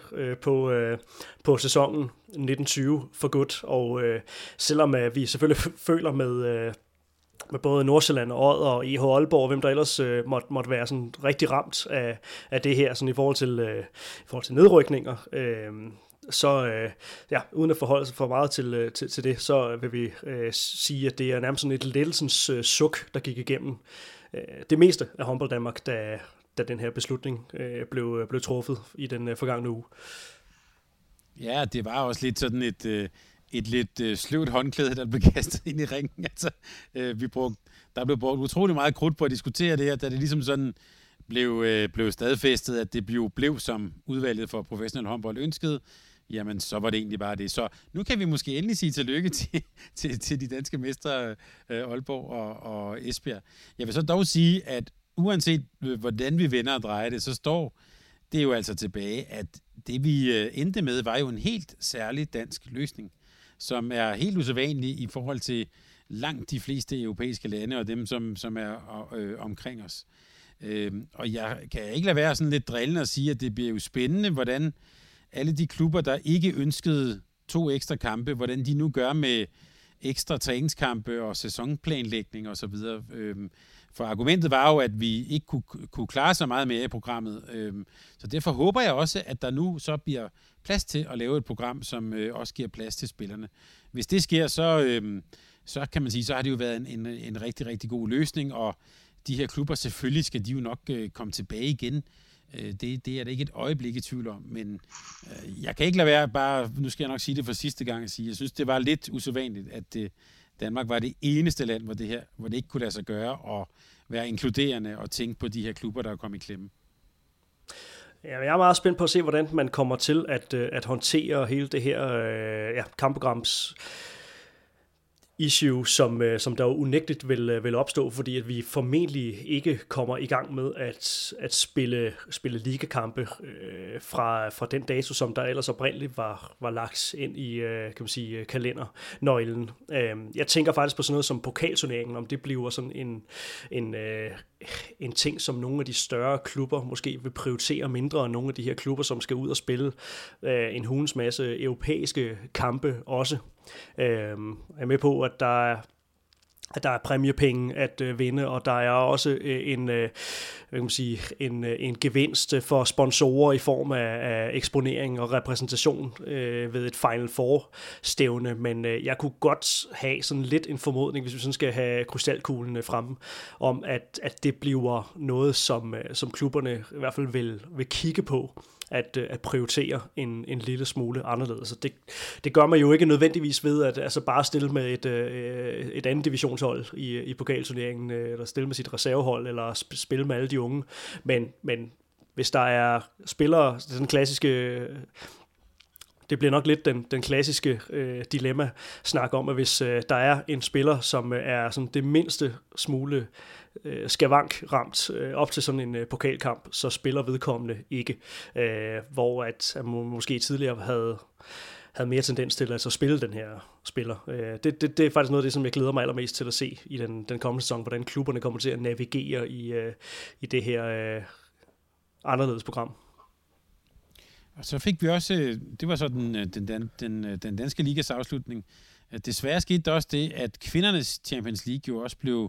på sæsonen 1920 for godt, og selvom vi selvfølgelig føler med både Nordsjælland og Odder og IH Aalborg, og hvem der ellers måtte være sådan rigtig ramt af det her, sådan i forhold til nedrykninger, så uden at forholde sig for meget til det, så vil vi sige, at det er nærmest sådan et lettelsens suk, der gik igennem det meste af håndbold Danmark, da den her beslutning blev truffet i den forgangne uge. Ja, det var også lidt sådan et lidt sløvt håndklæde, der blev kastet ind i ringen. Altså, der blev brugt utrolig meget krudt på at diskutere det her, da det ligesom sådan blev stadfæstet, at det blev som udvalget for professionel håndbold ønskede. Jamen, så var det egentlig bare det. Så nu kan vi måske endelig sige tillykke til de danske mestre Aalborg og Esbjerg. Jeg vil så dog sige, at uanset hvordan vi vender og drejer det, så står det jo altså tilbage, at det vi endte med, var jo en helt særlig dansk løsning, som er helt usædvanlig i forhold til langt de fleste europæiske lande og dem, som er omkring os. Og jeg kan ikke lade være sådan lidt drillende at sige, at det bliver jo spændende, hvordan alle de klubber, der ikke ønskede 2 ekstra kampe, hvordan de nu gør med ekstra træningskampe og sæsonplanlægning og så videre. For argumentet var jo, at vi ikke kunne klare så meget mere i programmet. Så derfor håber jeg også, at der nu så bliver plads til at lave et program, som også giver plads til spillerne. Hvis det sker, så kan man sige, så har det jo været en rigtig, rigtig god løsning, og de her klubber, selvfølgelig skal de jo nok komme tilbage igen. Det er der ikke et øjeblik i tvivl om, men jeg kan ikke lade være bare, nu skal jeg nok sige det for sidste gang at sige, jeg synes, det var lidt usædvanligt, at Danmark var det eneste land, hvor det ikke kunne lade sig gøre og være inkluderende og tænke på de her klubber, der er kommet i klemme. Ja, jeg er meget spændt på at se, hvordan man kommer til at håndtere hele det her kampprograms issue, som der jo unægteligt vil opstå, fordi at vi formentlig ikke kommer i gang med at spille ligakampe fra den dato, som der ellers oprindeligt var lagt ind i, kan man sige, kalendernøglen. Jeg tænker faktisk på sådan noget som pokalturneringen, om det bliver sådan en ting, som nogle af de større klubber måske vil prioritere mindre end nogle af de her klubber, som skal ud og spille en hulens masse europæiske kampe også. Jeg er med på, at der er præmiepenge at vinde, og der er også en gevinst for sponsorer i form af eksponering og repræsentation ved et Final Four-stævne, men jeg kunne godt have sådan lidt en formodning, hvis vi sådan skal have krystalkuglen fremme, om at det bliver noget, som klubberne i hvert fald vil kigge på, at prioritere en lille smule anderledes. Så det gør man jo ikke nødvendigvis ved at altså bare stille med et andet divisionshold i pokalturneringen, eller stille med sit reservehold, eller spille med alle de unge. Men hvis der er spillere, den klassiske, det bliver nok lidt den klassiske dilemma-snak om, at hvis der er en spiller, som er sådan det mindste smule skavank ramt op til sådan en pokalkamp, så spiller vedkommende ikke. Hvor at måske tidligere havde mere tendens til at spille den her spiller. Det er faktisk noget af det, som jeg glæder mig allermest til at se i den kommende sæson, hvordan klubberne kommer til at navigere i det her anderledes program. Og så fik vi også, det var så den danske ligas afslutning. Desværre skete der også det, at kvindernes Champions League jo også blev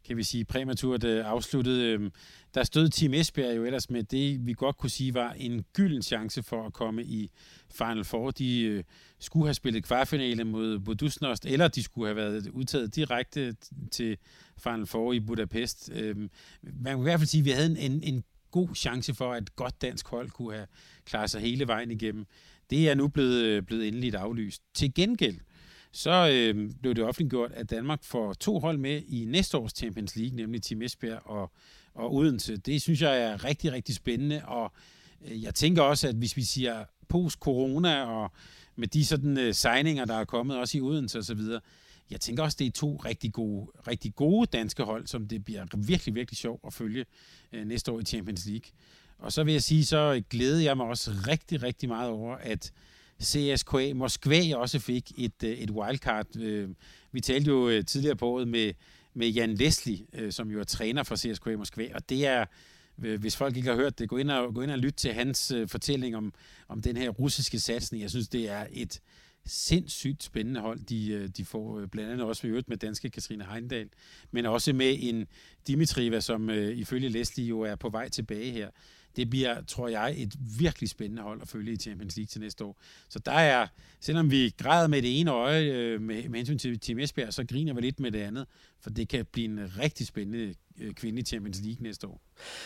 kan vi sige, præmaturt afsluttet. Der stod Team Esbjerg jo ellers med det, vi godt kunne sige, var en gylden chance for at komme i Final Four. De skulle have spillet kvartfinale mod Budućnost, eller de skulle have været udtaget direkte til Final Four i Budapest. Man kan i hvert fald sige, at vi havde en god chance for, at et godt dansk hold kunne have klaret sig hele vejen igennem. Det er nu blevet endeligt aflyst. Til gengæld, så blev det offentliggjort, at Danmark får 2 hold med i næste års Champions League, nemlig Team Esbjerg og Odense. Det synes jeg er rigtig, rigtig spændende, og jeg tænker også, at hvis vi siger post-corona, og med de sådan signinger, der er kommet også i Odense og så videre, jeg tænker også, det er 2 rigtig gode danske hold, som det bliver virkelig, virkelig sjovt at følge næste år i Champions League. Og så vil jeg sige, så glæder jeg mig også rigtig, rigtig meget over, at CSKA Moskva også fik et wildcard. Vi talte jo tidligere på året med Jan Leslie, som jo er træner for CSKA Moskva, og det er, hvis folk ikke har hørt det, gå ind og lytte til hans fortælling om den her russiske satsning. Jeg synes, det er et sindssygt spændende hold, de får blandt andet også med danske Katrine Heindal, men også med en Dimitrieva, som ifølge Leslie jo er på vej tilbage her. Det bliver, tror jeg, et virkelig spændende hold at følge i Champions League til næste år. Så der er, selvom vi græder med det ene øje med hensyn til Team Esbjerg, så griner vi lidt med det andet, for det kan blive en rigtig spændende kvindelig Champions League næste år.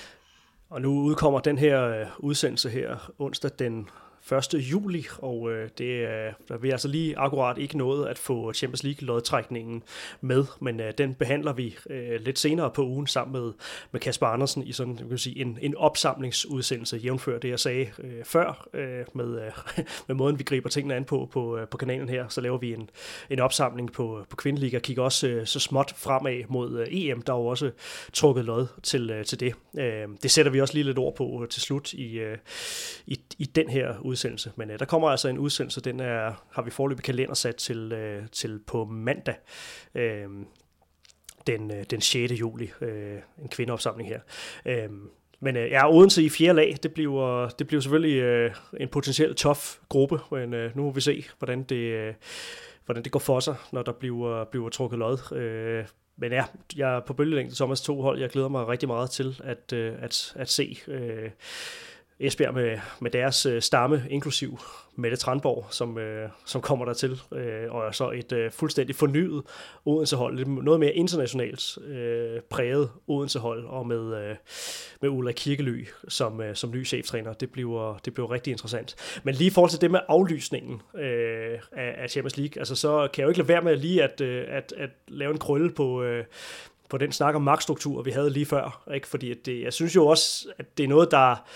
Og nu udkommer den her udsendelse her onsdag den 1. juli, og der vil altså lige akkurat ikke noget at få Champions League-lodtrækningen med, men den behandler vi lidt senere på ugen sammen med Kasper Andersen i sådan, jeg kan sige, en opsamlingsudsendelse, jævnfør det, jeg sagde før, med måden, vi griber tingene an på kanalen her. Så laver vi en opsamling på Kvindeliga og kigger også så småt fremad mod EM, der er jo også trukket lod til det. Det sætter vi også lige lidt ord på til slut i den her udsendelse. Men der kommer altså en udsendelse, den har vi foreløbig kalender sat til på mandag, den 6. juli, en kvindeopsamling her. Men Odense i 4. lag, det bliver selvfølgelig en potentielt tough gruppe, men nu må vi se, hvordan det går for sig, når der bliver trukket lod. Men ja, jeg er på bølgelængde Thomas 2 hold. Jeg glæder mig rigtig meget til at se Esbjerg med deres stamme, inklusiv Mette Tranborg, som kommer der til, og så et fuldstændig fornyet Odense-hold, noget mere internationalt præget Odense-hold, og med Ulla Kirkely som ny cheftræner. Det bliver rigtig interessant. Men lige i forhold til det med aflysningen af Champions League, altså så kan jeg jo ikke lade være med lige at lave en krølle på den snak om magtstruktur, vi havde lige før, ikke? Fordi jeg synes jo også, at det er noget, der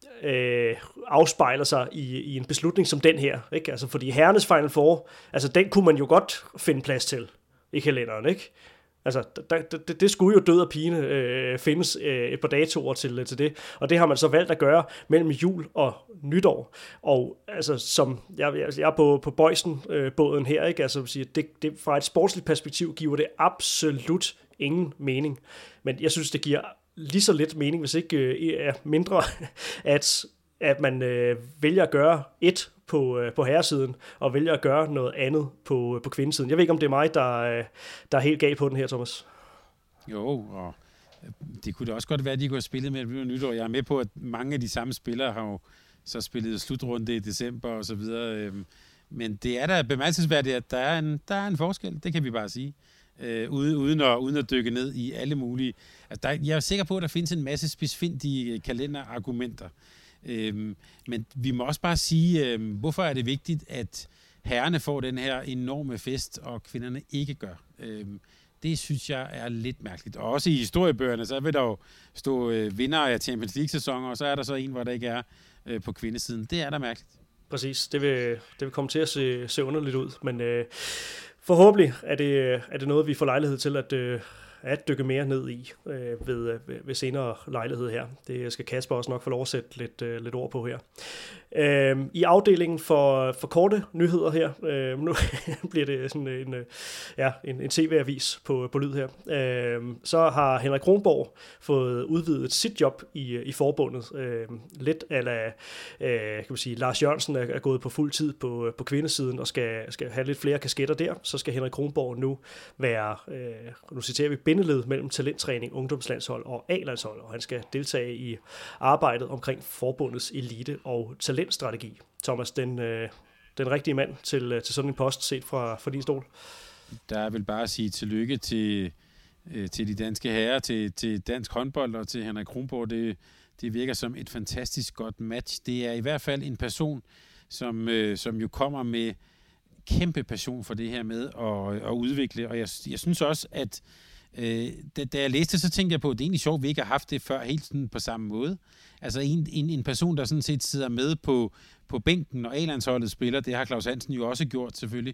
afspejler sig i en beslutning som den her, ikke? Altså fordi herrenes Final Four, altså den kunne man jo godt finde plads til i kalenderen, ikke? Altså det skulle jo død og pine findes et par datoer til det, og det har man så valgt at gøre mellem jul og nytår. Og altså som jeg er på Boysen-båden her, ikke? Altså det fra et sportsligt perspektiv giver det absolut ingen mening, men jeg synes det giver lige så lidt mening, hvis ikke er mindre, at man vælger at gøre et på herresiden, og vælger at gøre noget andet på kvindesiden. Jeg ved ikke, om det er mig, der er helt gal på den her, Thomas. Jo, og det kunne da også godt være, at de kunne have spillet med et nytår. Jeg er med på, at mange af de samme spillere har jo så spillet slutrunde i december og så videre. Men det er da bemærkelsesværdigt, at der er en forskel. Det kan vi bare sige. Uden at dykke ned i alle mulige. Altså jeg er sikker på, at der findes en masse spidsfindige kalenderargumenter. Men vi må også bare sige, hvorfor er det vigtigt, at herrerne får den her enorme fest, og kvinderne ikke gør. Det synes jeg er lidt mærkeligt. Og også i historiebøgerne, så vil der jo stå vinder af Champions League-sæsoner, og så er der så en, hvor der ikke er på kvindesiden. Det er da mærkeligt. Præcis. Det vil komme til at se underligt ud, men forhåbentlig er det noget, vi får lejlighed til at dykke mere ned i ved senere lejlighed her. Det skal Kasper også nok få lov at sætte lidt ord på her. I afdelingen for korte nyheder her, nu bliver det sådan en TV-avis på lyd her, så har Henrik Kronborg fået udvidet sit job i forbundet. Lidt ala, kan man sige, Lars Jørgensen er gået på fuld tid på kvindesiden og skal have lidt flere kasketter der, så skal Henrik Kronborg nu være, nu citerer vi, bindeled mellem talenttræning, ungdomslandshold og A-landshold, og han skal deltage i arbejdet omkring forbundets elite- og talentstrategi. Thomas, den rigtige mand til sådan en post set fra din stol? Der er vel bare at sige tillykke til de danske herrer, til dansk håndbold og til Henrik Kronborg. Det virker som et fantastisk godt match. Det er i hvert fald en person, som jo kommer med kæmpe passion for det her med at udvikle. Og jeg synes også, at da jeg læste, så tænkte jeg på, at det er egentlig sjovt, at vi ikke har haft det før helt sådan på samme måde. Altså en person, der sådan set sidder med på bænken, og A-landsholdet spiller, det har Claus Hansen jo også gjort selvfølgelig.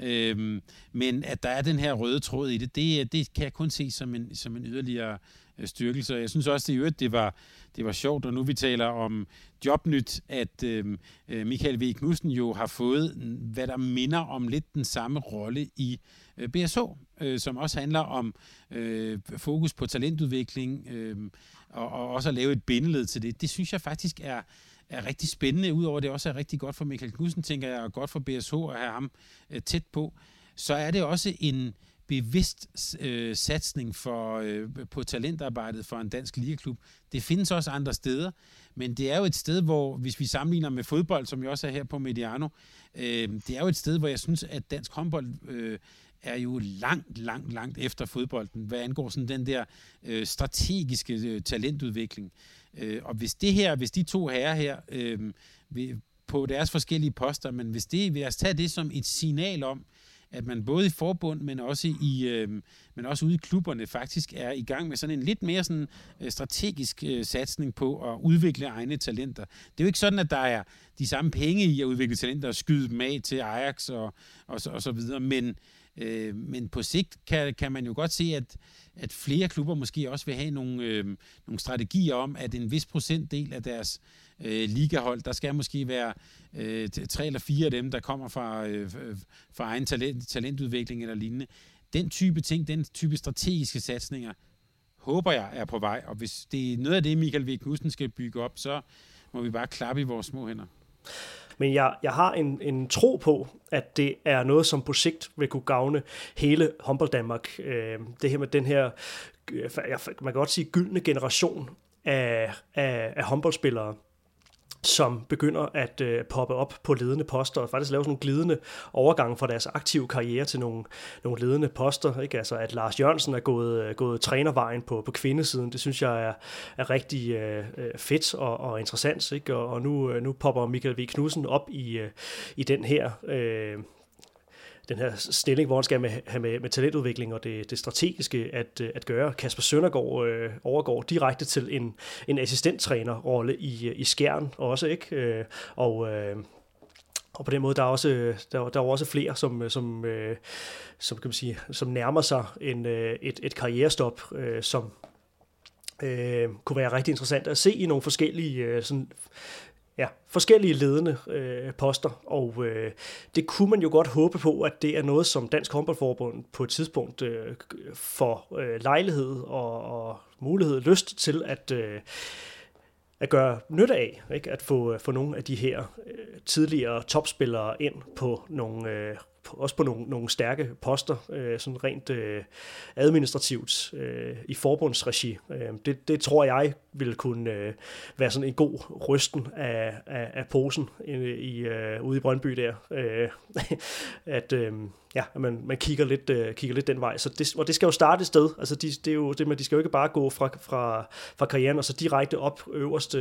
Men at der er den her røde tråd i det kan jeg kun se som en yderligere styrkelse. Jeg synes også, det var sjovt, og nu vi taler om Jobnyt, at Michael V. Knudsen jo har fået, hvad der minder om lidt den samme rolle i BSH, som også handler om fokus på talentudvikling, og også at lave et bindeled til det. Det synes jeg faktisk er rigtig spændende, udover det også er rigtig godt for Michael Knudsen, tænker jeg, og godt for BSH at have ham tæt på. Så er det også en bevidst satsning på talentarbejdet for en dansk ligaklub. Det findes også andre steder, men det er jo et sted, hvor, hvis vi sammenligner med fodbold, som jo også er her på Mediano, det er jo et sted, hvor jeg synes, at dansk håndbold er jo langt efter fodbolden, hvad angår sådan den der strategiske talentudvikling. Og hvis de to herrer her på deres forskellige poster, men vil jeg tage det som et signal om, at man både i forbund, men også ude i klubberne faktisk er i gang med sådan en lidt mere sådan strategisk satsning på at udvikle egne talenter. Det er jo ikke sådan, at der er de samme penge i at udvikle talenter og skyde dem af til Ajax og så videre, men på sigt kan man jo godt se, at flere klubber måske også vil have nogle strategier om, at en vis procentdel af deres ligahold, der skal måske være 3 eller 4 af dem, der kommer fra egen talentudvikling eller lignende. Den type ting, den type strategiske satsninger, håber jeg er på vej, og hvis det er noget af det, Michael V. Knudsen skal bygge op, så må vi bare klappe i vores små hænder. Men jeg har en tro på, at det er noget, som på sigt vil kunne gavne hele håndbold Danmark. Det her med den her, man kan godt sige, gyldne generation af håndboldspillere, som begynder at poppe op på ledende poster, og faktisk lave sådan nogle glidende overgange fra deres aktive karriere til nogle ledende poster. Ikke? Altså at Lars Jørgensen er gået trænervejen på kvindesiden, det synes jeg er rigtig fedt og interessant. Ikke? Og nu popper Michael V. Knudsen op i den her stilling, hvor han skal have med talentudvikling og det strategiske at gøre. Kasper Søndergaard overgår direkte til en assistenttrænerrolle i Skjern også, ikke? Og på den måde der er også flere som kan man sige, som nærmer sig et karrierestop, som kunne være rigtig interessant at se i nogle forskellige forskellige ledende poster, og det kunne man jo godt håbe på, at det er noget, som Dansk Håndboldforbund på et tidspunkt får lejlighed og mulighed, lyst til at gøre nytte af, ikke? At få nogle af de her tidligere topspillere ind på nogle stærke poster, sådan rent administrativt i forbundsregi. Det tror jeg vil kunne være sådan en god rysten af posen ude i Brøndby der. At man kigger lidt den vej. Og det skal jo starte et sted. Altså det er jo det med, de skal jo ikke bare gå fra karrieren og så direkte op øverst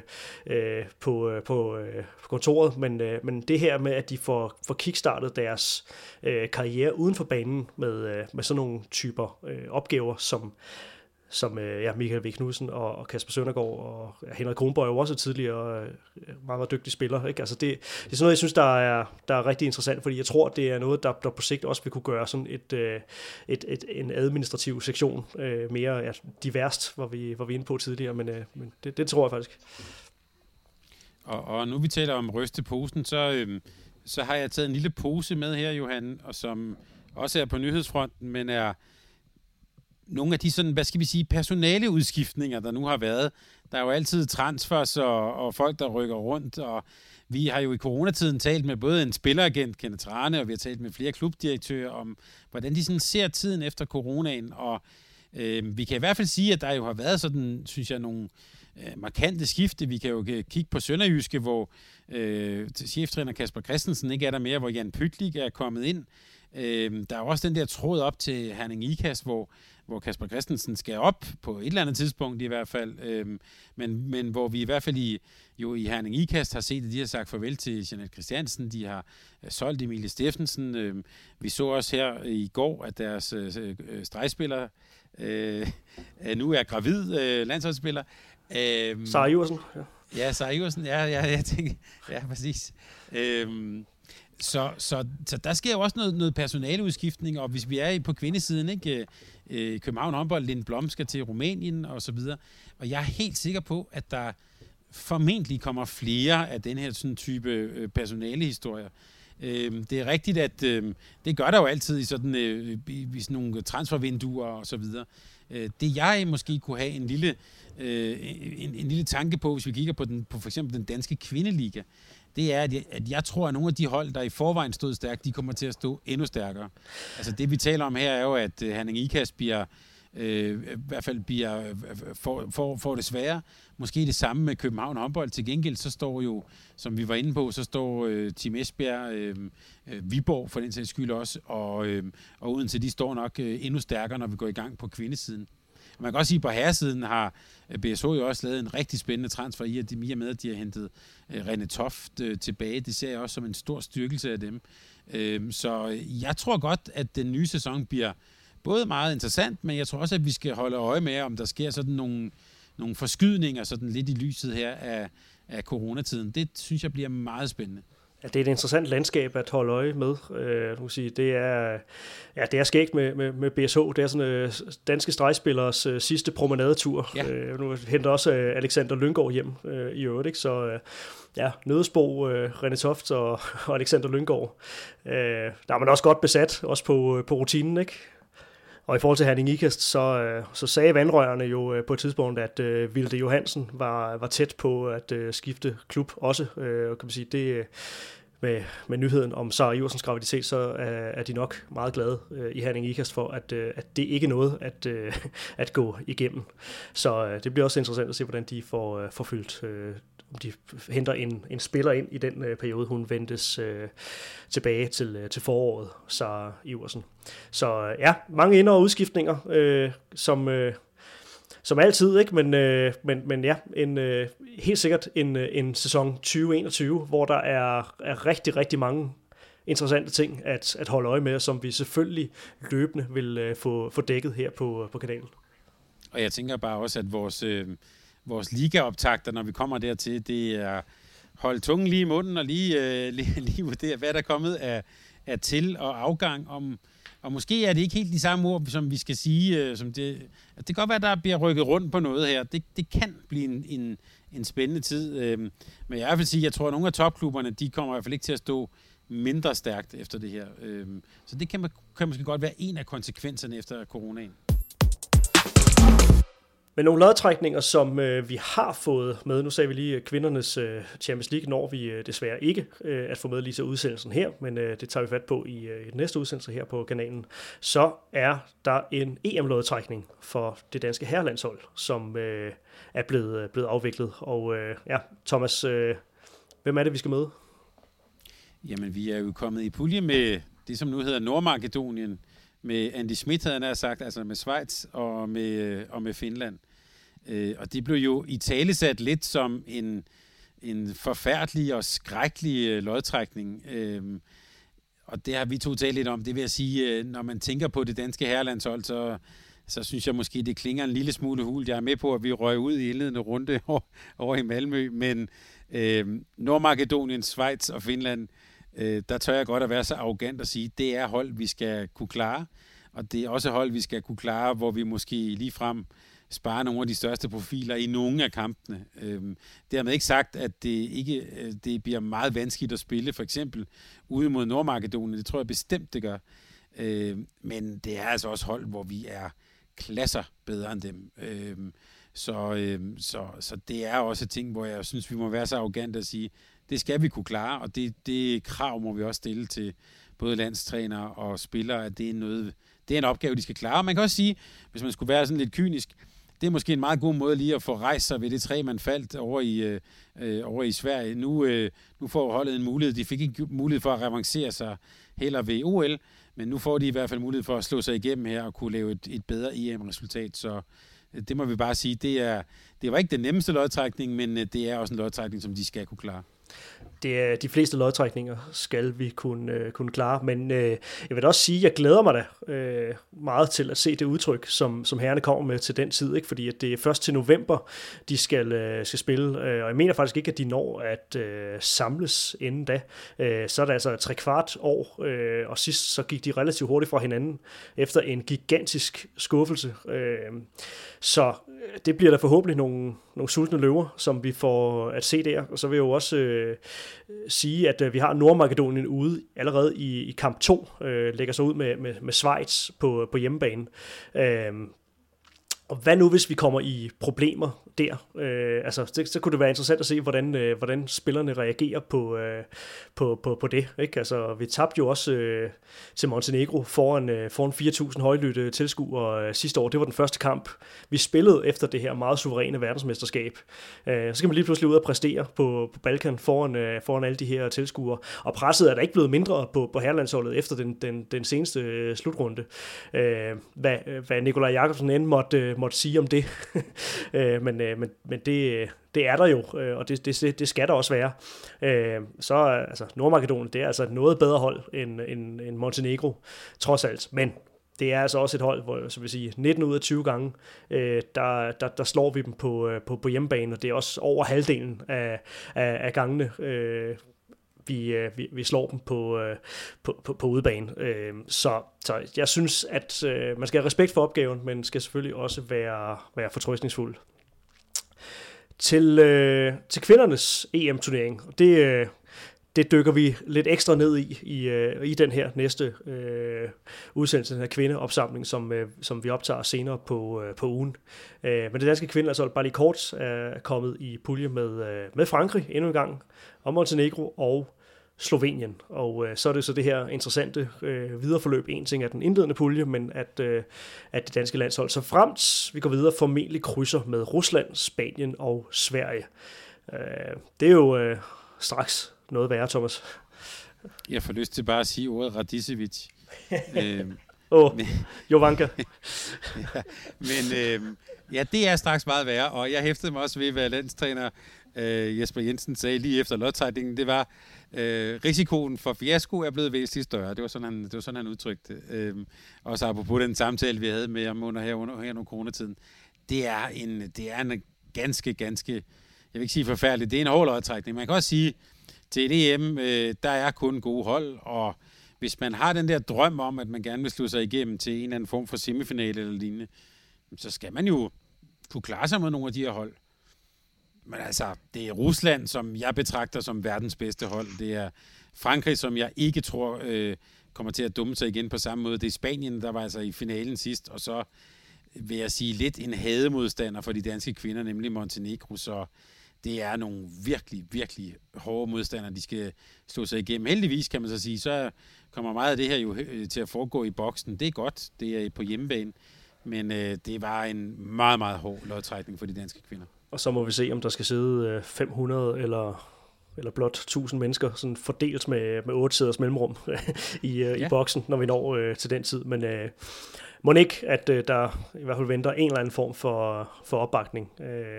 på kontoret, men det her med, at de får kickstartet deres karriere uden for banen med sådan nogle typer opgaver, som Michael V. Knudsen og Kasper Søndergaard og Henrik Kronborg er jo også tidligere meget, meget dygtige spillere. Ikke? Altså det er sådan noget, jeg synes, der er rigtig interessant, fordi jeg tror, det er noget, der på sigt også vil kunne gøre sådan en administrativ sektion mere diverst, hvor vi er inde på tidligere, men det tror jeg faktisk. Og nu vi taler om ryste posen, så har jeg taget en lille pose med her, Johan, og som også er på nyhedsfronten, men er nogle af de sådan, hvad skal vi sige, personaleudskiftninger, der nu har været. Der er jo altid transfers og folk, der rykker rundt, og vi har jo i coronatiden talt med både en spilleragent, Kenneth Rane, og vi har talt med flere klubdirektører om, hvordan de sådan ser tiden efter coronaen, og Vi kan i hvert fald sige, at der jo har været sådan, synes jeg, nogle markante skifte. Vi kan jo kigge på Sønderjyske, hvor cheftræner Kasper Christensen ikke er der mere, hvor Jan Pytlik er kommet ind. Der er også den der tråd op til Herning Ikast, hvor Kasper Christensen skal op på et eller andet tidspunkt i hvert fald, men hvor vi i hvert fald i Herning Ikast har set, at de har sagt farvel til Jeanette Christiansen, de har solgt Emilie Steffensen. Vi så også her i går, at deres stregspiller nu er gravid landsholdsspiller. Sara Iversen. Ja, Sara Iversen, jeg tænker, ja, præcis. Så der sker jo også noget personaleudskiftning, og hvis vi er på kvindesiden, ikke, København håndbold, Linde Blom skal til Rumænien og så videre, og jeg er helt sikker på, at der formentlig kommer flere af den her sådan type personalehistorier. Det er rigtigt, at det gør der jo altid i sådan nogle transfervinduer og så videre. Det jeg måske kunne have en lille tanke på, hvis vi kigger på for eksempel den danske kvindeliga, det er, at jeg tror, at nogle af de hold, der i forvejen stod stærkt, de kommer til at stå endnu stærkere. Altså det, vi taler om her, er jo, at Herning Ikast i hvert fald får det sværere. Måske det samme med København håndbold. Til gengæld, så står jo, som vi var inde på, så står Team Esbjerg, Viborg for den sags skyld også, og Odense, de står nok endnu stærkere, når vi går i gang på kvindesiden. Man kan også sige, at på herresiden har BSH jo også lavet en rigtig spændende transfer i og med, at de har hentet René Toft tilbage. Det ser jeg også som en stor styrkelse af dem. Så jeg tror godt, at den nye sæson bliver både meget interessant, men jeg tror også, at vi skal holde øje med, om der sker sådan nogle forskydninger sådan lidt i lyset her af coronatiden. Det synes jeg bliver meget spændende. Ja, det er et interessant landskab at holde øje med. Det er skægt med BSH. Det er sådan danske stregspillers sidste promenadetur. Ja. Nu henter også Alexander Lynggaard hjem i øvrigt, ikke? Så Nødesbo, René Toft og Alexander Lynggaard. Der er man også godt besat, også på rutinen, ikke? Og i forhold til Herning Ikast, så sagde vandrørene jo på et tidspunkt, at Vilde Johansen var tæt på at skifte klub også. Kan man sige, det med nyheden om Sara Iversens graviditet, så er de nok meget glade i Herning Ikast for, at det ikke er noget at gå igennem. Så det bliver også interessant at se, hvordan de får fyldt, om de henter en spiller ind i den periode, hun ventes tilbage til foråret, Sara Iversen. Så ja, mange ind- og udskiftninger, som altid, ikke? Men ja, helt sikkert en sæson 2021, hvor der er rigtig, rigtig mange interessante ting at holde øje med, som vi selvfølgelig løbende vil få dækket her på kanalen. Og jeg tænker bare også, at vores ligaoptagter, når vi kommer dertil, det er holde tungen lige i munden og lige vurdere, hvad der er kommet af til- og afgang. Og måske er det ikke helt de samme ord, som vi skal sige. Det kan godt være, at der bliver rykket rundt på noget her. Det kan blive en spændende tid. Men jeg vil sige, at jeg tror, at nogle af topklubberne, de kommer i hvert fald ikke til at stå mindre stærkt efter det her. Så det kan måske godt være en af konsekvenserne efter coronaen. Men nogle lodtrækninger, som vi har fået med, nu sagde vi lige, kvindernes Champions League når vi desværre ikke at få med lige til udsendelsen her, men det tager vi fat på i den næste udsendelse her på kanalen. Så er der en EM-lodtrækning for det danske herrelandshold, som er blevet afviklet. Og Thomas, hvem er det, vi skal møde? Jamen, vi er jo kommet i pulje med det, som nu hedder Nordmakedonien, med Andy Schmidt, havde han sagt, altså med Schweiz og med Finland. Og det blev jo italesat lidt som en forfærdelig og skrækkelig lodtrækning. Og det har vi to talt lidt om. Det vil jeg sige, når man tænker på det danske herrelandshold, så synes jeg måske, det klinger en lille smule hult. Jeg er med på, at vi røg ud i indledende runde over i Malmø, men Nordmakedonien, Schweiz og Finland, der tør jeg godt at være så arrogant at sige, det er hold, vi skal kunne klare, og det er også hold, vi skal kunne klare, hvor vi måske ligefrem sparer nogle af de største profiler i nogle af kampene. Dermed ikke sagt, at det bliver meget vanskeligt at spille, for eksempel ude mod Nordmakedonien. Det tror jeg bestemt, det gør. Men det er altså også hold, hvor vi er klasser bedre end dem. Så det er også ting, hvor jeg synes, vi må være så arrogant at sige, det skal vi kunne klare, og det krav må vi også stille til både landstrænere og spillere, at det er noget, det er en opgave, de skal klare. Og man kan også sige, hvis man skulle være sådan lidt kynisk, det er måske en meget god måde lige at få rejst sig ved det træ, man faldt over i Sverige. Nu får holdet en mulighed. De fik ikke mulighed for at revancere sig heller ved OL, men nu får de i hvert fald mulighed for at slå sig igennem her og kunne lave et bedre EM-resultat. Så det må vi bare sige, det var ikke den nemmeste lodtrækning, men det er også en lodtrækning, som de skal kunne klare. Det er de fleste lodtrækninger skal vi kunne klare, men jeg vil også sige, at jeg glæder mig da meget til at se det udtryk, som herrerne kommer med til den tid, ikke? Fordi at det er først til november, de skal spille, og jeg mener faktisk ikke, at de når at samles inden da. Så er det altså 3/4 år, og sidst så gik de relativt hurtigt fra hinanden efter en gigantisk skuffelse. Så det bliver der forhåbentlig nogle sultne løver, som vi får at se der, og så vil jeg jo også sige, at vi har Nordmakedonien ude allerede i kamp 2, lægger sig ud med Schweiz på hjemmebane. Og hvad nu, hvis vi kommer i problemer der? Så kunne det være interessant at se, hvordan spillerne reagerer på det. Ikke? Altså, vi tabte jo også til Montenegro foran 4.000 højlydte tilskuere sidste år. Det var den første kamp, vi spillede efter det her meget suveræne verdensmesterskab. Så skal man lige pludselig ud og præstere på Balkan foran alle de her tilskuere. Og presset er der ikke blevet mindre på herrelandsholdet efter den seneste slutrunde. Hvad Nikolaj Jakobsen end måtte sige om det. men det er der jo, og det skal der også være. Så altså, Nordmakedonien, det er altså et noget bedre hold end Montenegro, trods alt. Men det er altså også et hold, hvor så vil sige, 19 ud af 20 gange, der slår vi dem på hjemmebane, og det er også over halvdelen af gangene, vi slår dem på udebane. Så jeg synes, at man skal have respekt for opgaven, men skal selvfølgelig også være fortrøstningsfuld. Til kvindernes EM-turnering, det dykker vi lidt ekstra ned i den her næste udsendelse, den her kvindeopsamling, som vi optager senere på ugen. Men det danske kvinder, altså bare lige kort, er kommet i pulje med Frankrig endnu en gang, og Montenegro og Slovenien, og så er det så det her interessante videreforløb. En ting er den indledende pulje, men at det danske landshold så fremt vi går videre formentlig krydser med Rusland, Spanien og Sverige. Det er jo straks noget værre, Thomas. Jeg får lyst til bare at sige ordet Radicevic. Jovanka. Ja, det er straks meget værre, og jeg hæftede mig også ved, hvad landstræner Jesper Jensen sagde lige efter lodtrækningen. Det var, risikoen for fiasko er blevet væsentligt større. Det var sådan, han udtrykte. Også apropos den samtale, vi havde med ham under coronatiden. Det er en ganske, jeg vil ikke sige forfærdelig, det er en hård lodtrækning. Man kan også sige, til et EM, der er kun gode hold, og hvis man har den der drøm om, at man gerne vil slå sig igennem til en eller anden form for semifinale eller lignende, så skal man jo kunne klare sig med nogle af de her hold. Men altså, det er Rusland, som jeg betragter som verdens bedste hold. Det er Frankrig, som jeg ikke tror kommer til at dumme sig igen på samme måde. Det er Spanien, der var altså i finalen sidst, og så vil jeg sige lidt en hademodstander for de danske kvinder, nemlig Montenegro, så det er nogle virkelig, virkelig hårde modstandere, de skal slå sig igennem. Heldigvis kan man så sige, så kommer meget af det her jo til at foregå i boksen. Det er godt, det er på hjemmebane, men det var en meget, meget hård lodtrækning for de danske kvinder. Og så må vi se, om der skal sidde 500 eller blot 1000 mennesker, sådan fordelt med 8 sæders mellemrum i boksen, når vi når til den tid. Men må ikke, at der i hvert fald venter en eller anden form for opbakning.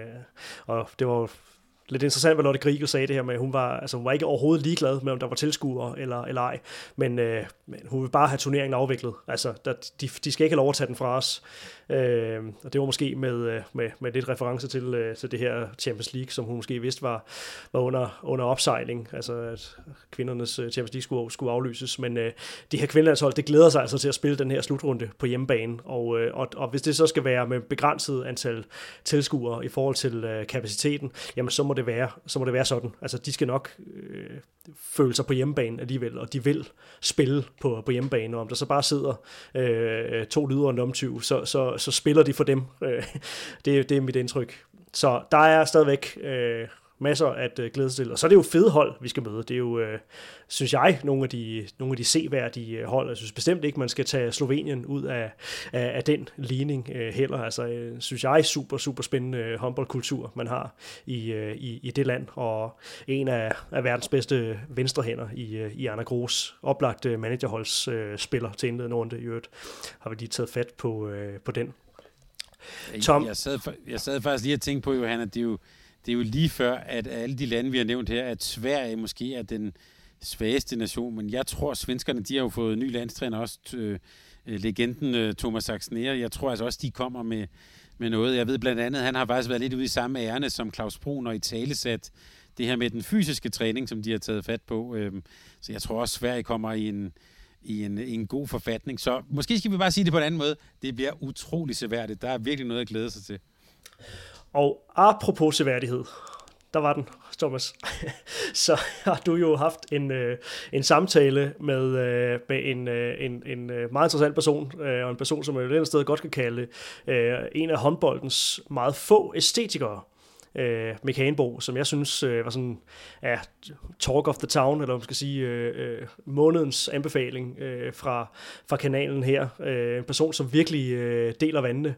Og det var lidt interessant, hvad Lotte Griegel sagde det her med, hun var ikke overhovedet ligeglad med, om der var tilskuere eller ej, men hun vil bare have turneringen afviklet. Altså, de skal ikke have lov at tage den fra os. Og det var måske med lidt reference til det her Champions League, som hun måske vidste var under opsejling, altså at kvindernes Champions League skulle aflyses, men de her kvindelandshold, det glæder sig altså til at spille den her slutrunde på hjemmebane, og hvis det så skal være med begrænset antal tilskuere i forhold til kapaciteten, jamen så må det være sådan. Altså de skal nok føle sig på hjemmebane alligevel, og de vil spille på hjemmebane, og om der så bare sidder 2 lyder og en omtyv, så spiller de for dem. Det er mit indtryk. Så der er stadigvæk masser at glæde sig til. Og så er det jo fede hold, vi skal møde. Det er jo, synes jeg, nogle af de seværdige hold. Jeg synes bestemt ikke, man skal tage Slovenien ud af den ligning heller. Altså, synes jeg, super, super spændende håndboldkultur, man har i det land. Og en af verdens bedste venstrehænder i Anna Gros oplagt managerholdsspiller til indledende runde i øvrigt. Har vi lige taget fat på den. Tom? Jeg sad faktisk lige og tænkte på, Johanna, det er jo lige før, at alle de lande, vi har nævnt her, at Sverige måske er den svageste nation, men jeg tror, at svenskerne, de har jo fået ny landstræner også, legenden Thomas Axnér. Jeg tror altså også, de kommer med noget. Jeg ved blandt andet, han har faktisk været lidt ude i samme ærne som Claus Brun og i talesat det her med den fysiske træning, som de har taget fat på. Så jeg tror også, Sverige kommer i en god forfatning. Så måske skal vi bare sige det på en anden måde. Det bliver utrolig seværdigt. Der er virkelig noget at glæde sig til. Og apropos seværdighed, der var den, Thomas. Så har du jo haft en samtale med en meget interessant person, og en person, som jeg et eller andet sted godt kan kalde en af håndboldens meget få æstetikere. Mika Hagenbo, som jeg synes var sådan talk of the town, eller man skal sige månedens anbefaling fra kanalen her. En person, som virkelig deler vandene.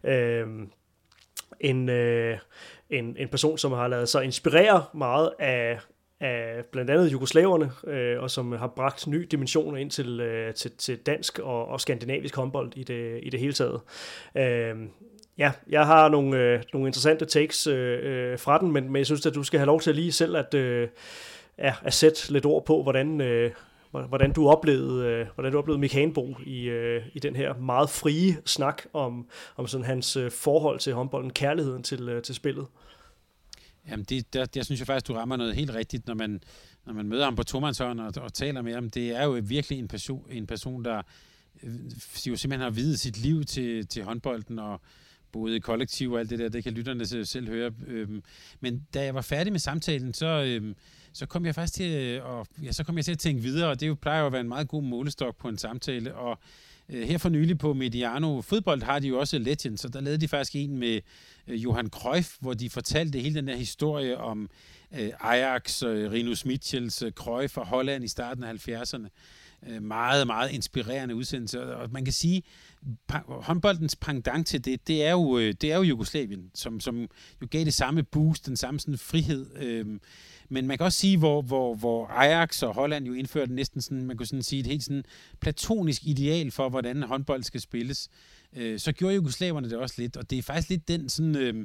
En person, som har ladet sig inspirere meget af blandt andet jugoslaverne, og som har bragt nye dimensioner ind til dansk og skandinavisk håndbold i det hele taget. Ja, jeg har nogle interessante takes fra den, men jeg synes, at du skal have lov til lige selv at sætte lidt ord på, hvordan du oplevede Mika Hagenbo i den her meget frie snak om sådan hans forhold til håndbolden, kærligheden til spillet. Jamen, der synes jeg faktisk, du rammer noget helt rigtigt, når man møder ham på tomandshånd og taler med ham. Det er jo virkelig en person, der jo simpelthen har viet sit liv til håndbolden og både i kollektiv og alt det der, det kan lytterne selv høre. Men da jeg var færdig med samtalen, så kom jeg faktisk til at tænke videre, og det plejer jo at være en meget god målestok på en samtale, og her for nylig på Mediano Fodbold har de jo også Legends, så der lavede de faktisk en med Johan Cruyff, hvor de fortalte hele den der historie om Ajax, Rinus Michels, Cruyff og Holland i starten af 70'erne. Meget, meget inspirerende udsendelse, og man kan sige, håndboldens pendant til det er jo Jugoslavien, som jo gav det samme boost, den samme sådan frihed. Men man kan også sige, hvor Ajax og Holland jo indførte næsten sådan, man kunne sådan sige et helt sådan platonisk ideal for, hvordan håndbold skal spilles. Så gjorde jugoslaverne det også lidt, og det er faktisk lidt den sådan,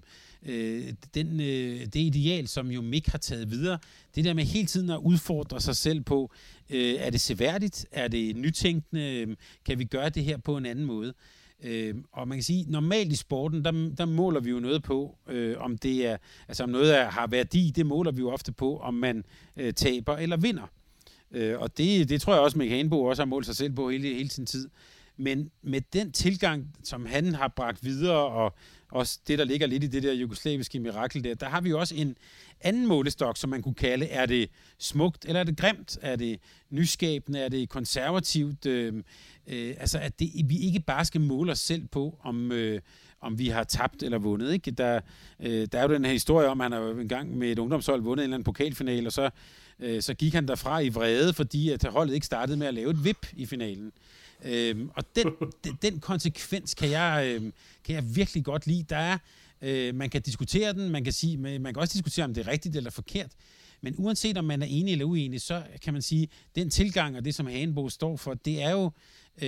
det ideal, som jo Mik har taget videre. Det der med hele tiden at udfordre sig selv på, er det seværdigt? Er det nytænkende? Kan vi gøre det her på en anden måde? Og man kan sige, normalt i sporten, der måler vi jo noget på, om det er, altså om noget har værdi, det måler vi jo ofte på, om man taber eller vinder. Og det tror jeg også, Mika Hagenbo også har målt sig selv på hele sin tid. Men med den tilgang, som han har bragt videre, og også det, der ligger lidt i det der jugoslaviske mirakel der har vi jo også en anden målestok, som man kunne kalde, er det smukt, eller er det grimt? Er det nyskabende? Er det konservativt? Altså, at vi ikke bare skal måle os selv på, om vi har tabt eller vundet. Ikke? Der er jo den her historie om, at han har en gang med et ungdomshold vundet en eller anden pokalfinale, og så gik han derfra i vrede, fordi at holdet ikke startede med at lave et vip i finalen. Og den konsekvens kan jeg virkelig godt lide. Der er, man kan diskutere den, man kan også diskutere, om det er rigtigt eller forkert, men uanset om man er enig eller uenig, så kan man sige, den tilgang og det, som Hagenbo står for, det er jo,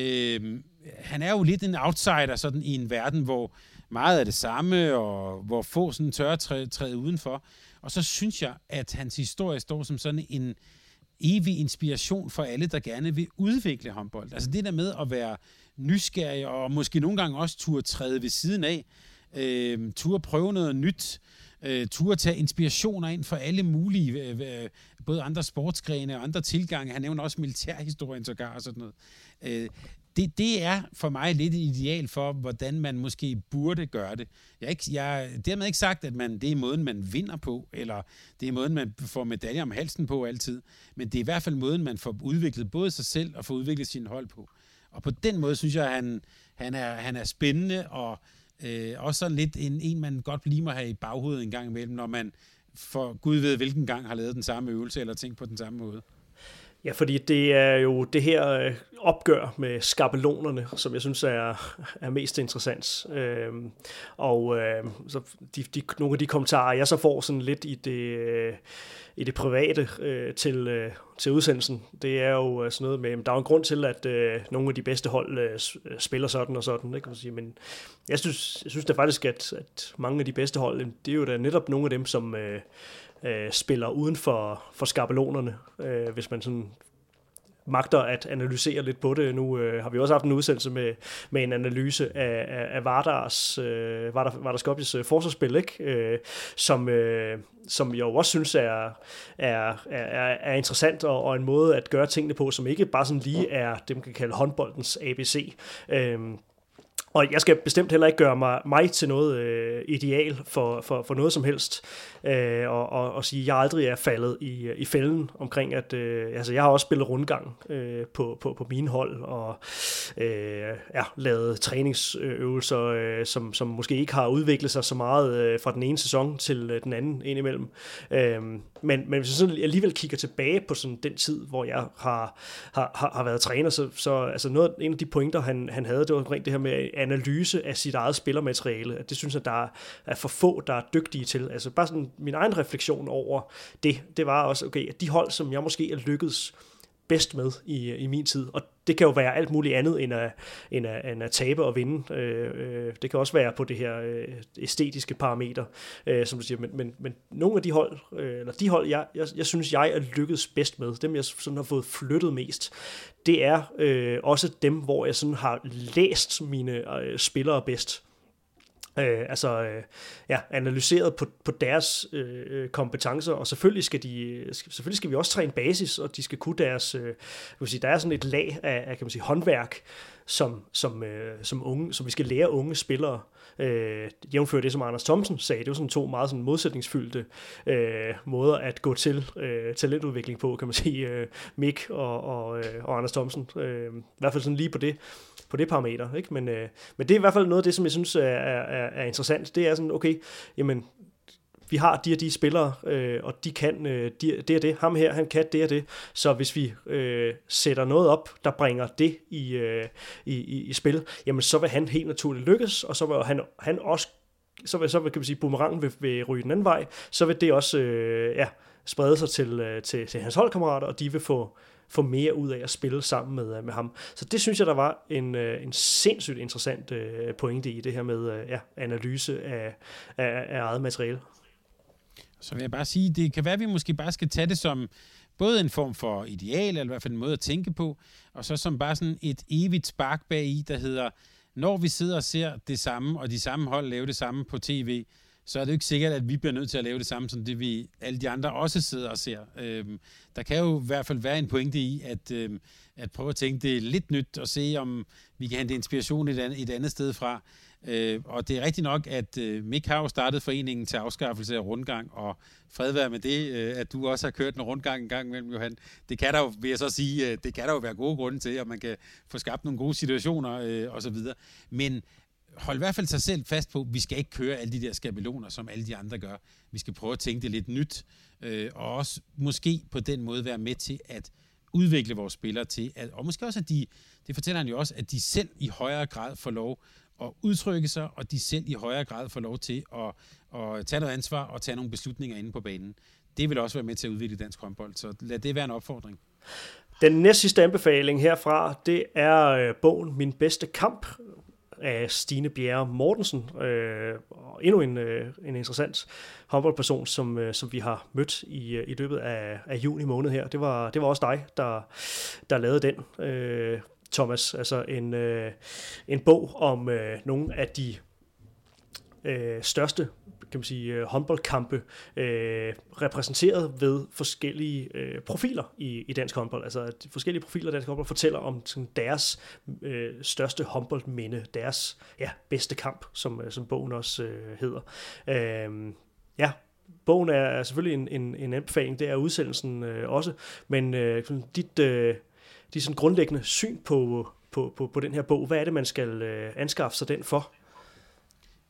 han er jo lidt en outsider sådan i en verden, hvor meget er det samme, og hvor få sådan tør træde udenfor. Og så synes jeg, at hans historie står som sådan en evig inspiration for alle, der gerne vil udvikle håndbold. Altså det der med at være nysgerrig, og måske nogle gange også turde træde ved siden af, turde prøve noget nyt, turde tage inspirationer ind for alle mulige, både andre sportsgrene og andre tilgange. Han nævner også militærhistorien sågar og sådan noget. Det er for mig lidt et ideal for, hvordan man måske burde gøre det. Jeg dermed ikke sagt, at det er måden, man vinder på, eller det er måden, man får medaljer om halsen på altid, men det er i hvert fald måden, man får udviklet både sig selv og får udviklet sin hold på. Og på den måde synes jeg, at han er spændende, og også sådan lidt en man godt lige må have i baghovedet en gang imellem, når man for Gud ved hvilken gang har lavet den samme øvelse eller tænkt på den samme måde. Ja, fordi det er jo det her opgør med skabelonerne, som jeg synes er mest interessant. Så nogle af de kommentarer, jeg så får sådan lidt i det private til udsendelsen, det er jo sådan noget med, der er en grund til, at nogle af de bedste hold spiller sådan og sådan, ikke? Kan man sige. Men jeg synes da faktisk, at mange af de bedste hold, det er jo da netop nogle af dem, som spiller uden for skabelonerne, hvis man sådan magter at analysere lidt på det. Nu har vi også haft en udsendelse med en analyse af Vardar Skopjes forsvarsspil, ikke? Som jeg jo også synes er interessant, og en måde at gøre tingene på, som ikke bare sådan lige er det, man kan kalde håndboldens ABC. Og jeg skal bestemt heller ikke gøre mig til noget ideal for noget som helst, og sige, at jeg aldrig er faldet i fælden omkring, at jeg har også spillet rundgang på mine hold, og lavet træningsøvelser, som måske ikke har udviklet sig så meget fra den ene sæson til den anden indimellem. Men hvis jeg sådan alligevel kigger tilbage på sådan den tid, hvor jeg har været træner, så altså en af de pointer, han havde, det var omkring det her med analyse af sit eget spillermateriale. At det synes jeg, der er for få, der er dygtige til. Altså bare sådan min egen refleksion over det var også, okay, at de hold, som jeg måske er lykkedes bedst med i min tid, og det kan jo være alt muligt andet end at tabe og vinde. Det kan også være på det her æstetiske parameter, som du siger, men nogle af de hold, eller de hold, jeg synes, jeg er lykkedes bedst med, dem jeg sådan har fået flyttet mest, det er også dem, hvor jeg sådan har læst mine spillere bedst. Analyseret på deres kompetencer, og selvfølgelig skal vi også træne basis, og de skal kunne deres, der er sådan et lag af kan man sige, håndværk, som vi skal lære unge spillere. Jævnfør det, som Anders Thomsen sagde, det er jo sådan to meget sådan modsætningsfyldte måder at gå til talentudvikling på, kan man sige, Mick og Anders Thomsen. I hvert fald sådan lige på det parameter, ikke? Men det er i hvert fald noget af det, som jeg synes er interessant. Det er sådan, okay, jamen, vi har de og de spillere, og de kan det og det. Ham her, han kan det og det. Så hvis vi sætter noget op, der bringer det i spil, jamen så vil han helt naturligt lykkes, og så vil han også, så kan man sige, boomerangen vil ryge den anden vej, så vil det også sprede sig til hans holdkammerater, og de vil få mere ud af at spille sammen med ham. Så det synes jeg, der var en sindssygt interessant pointe i det her med analyse af eget materiale. Så vil jeg bare sige, det kan være, at vi måske bare skal tage det som både en form for ideal, eller i hvert fald en måde at tænke på, og så som bare sådan et evigt spark bag i, der hedder, når vi sidder og ser det samme, og de samme hold lave det samme på tv, så er det jo ikke sikkert, at vi bliver nødt til at lave det samme, som det vi alle de andre også sidder og ser. Der kan jo i hvert fald være en pointe i, at prøve at tænke det lidt nyt, og se, om vi kan hente inspiration et andet sted fra. Og det er rigtigt nok, at Mick har jo startet foreningen til afskaffelse af rundgang, og fred være med det, at du også har kørt en rundgang en gang imellem, Johan. Det kan der jo, vil jeg så sige, det kan der jo være gode grunde til, og man kan få skabt nogle gode situationer osv. Men hold i hvert fald sig selv fast på, vi skal ikke køre alle de der skabeloner, som alle de andre gør. Vi skal prøve at tænke det lidt nyt, og også måske på den måde være med til at udvikle vores spillere til, og måske også, at det fortæller han jo også, at de selv i højere grad får lov at udtrykke sig, og de selv i højere grad får lov til at tage noget ansvar og tage nogle beslutninger inde på banen. Det vil også være med til at udvikle dansk håndbold, så lad det være en opfordring. Den næste sidste anbefaling herfra, det er bogen Min bedste kamp af Stine Bjerre Mortensen, og endnu en interessant håndboldperson, som vi har mødt i løbet af juni måned her. Det var også dig, der lavede den, Thomas. Altså en bog om nogle af de største, kan man sige, håndboldkampe repræsenteret ved forskellige profiler i dansk håndbold. Altså at de forskellige profiler i dansk håndbold fortæller om sådan, deres største håndboldminde, deres bedste kamp, som bogen også hedder. Bogen er selvfølgelig en anbefaling, det er udsendelsen også, men dit sådan grundlæggende syn på den her bog, hvad er det, man skal anskaffe sig den for?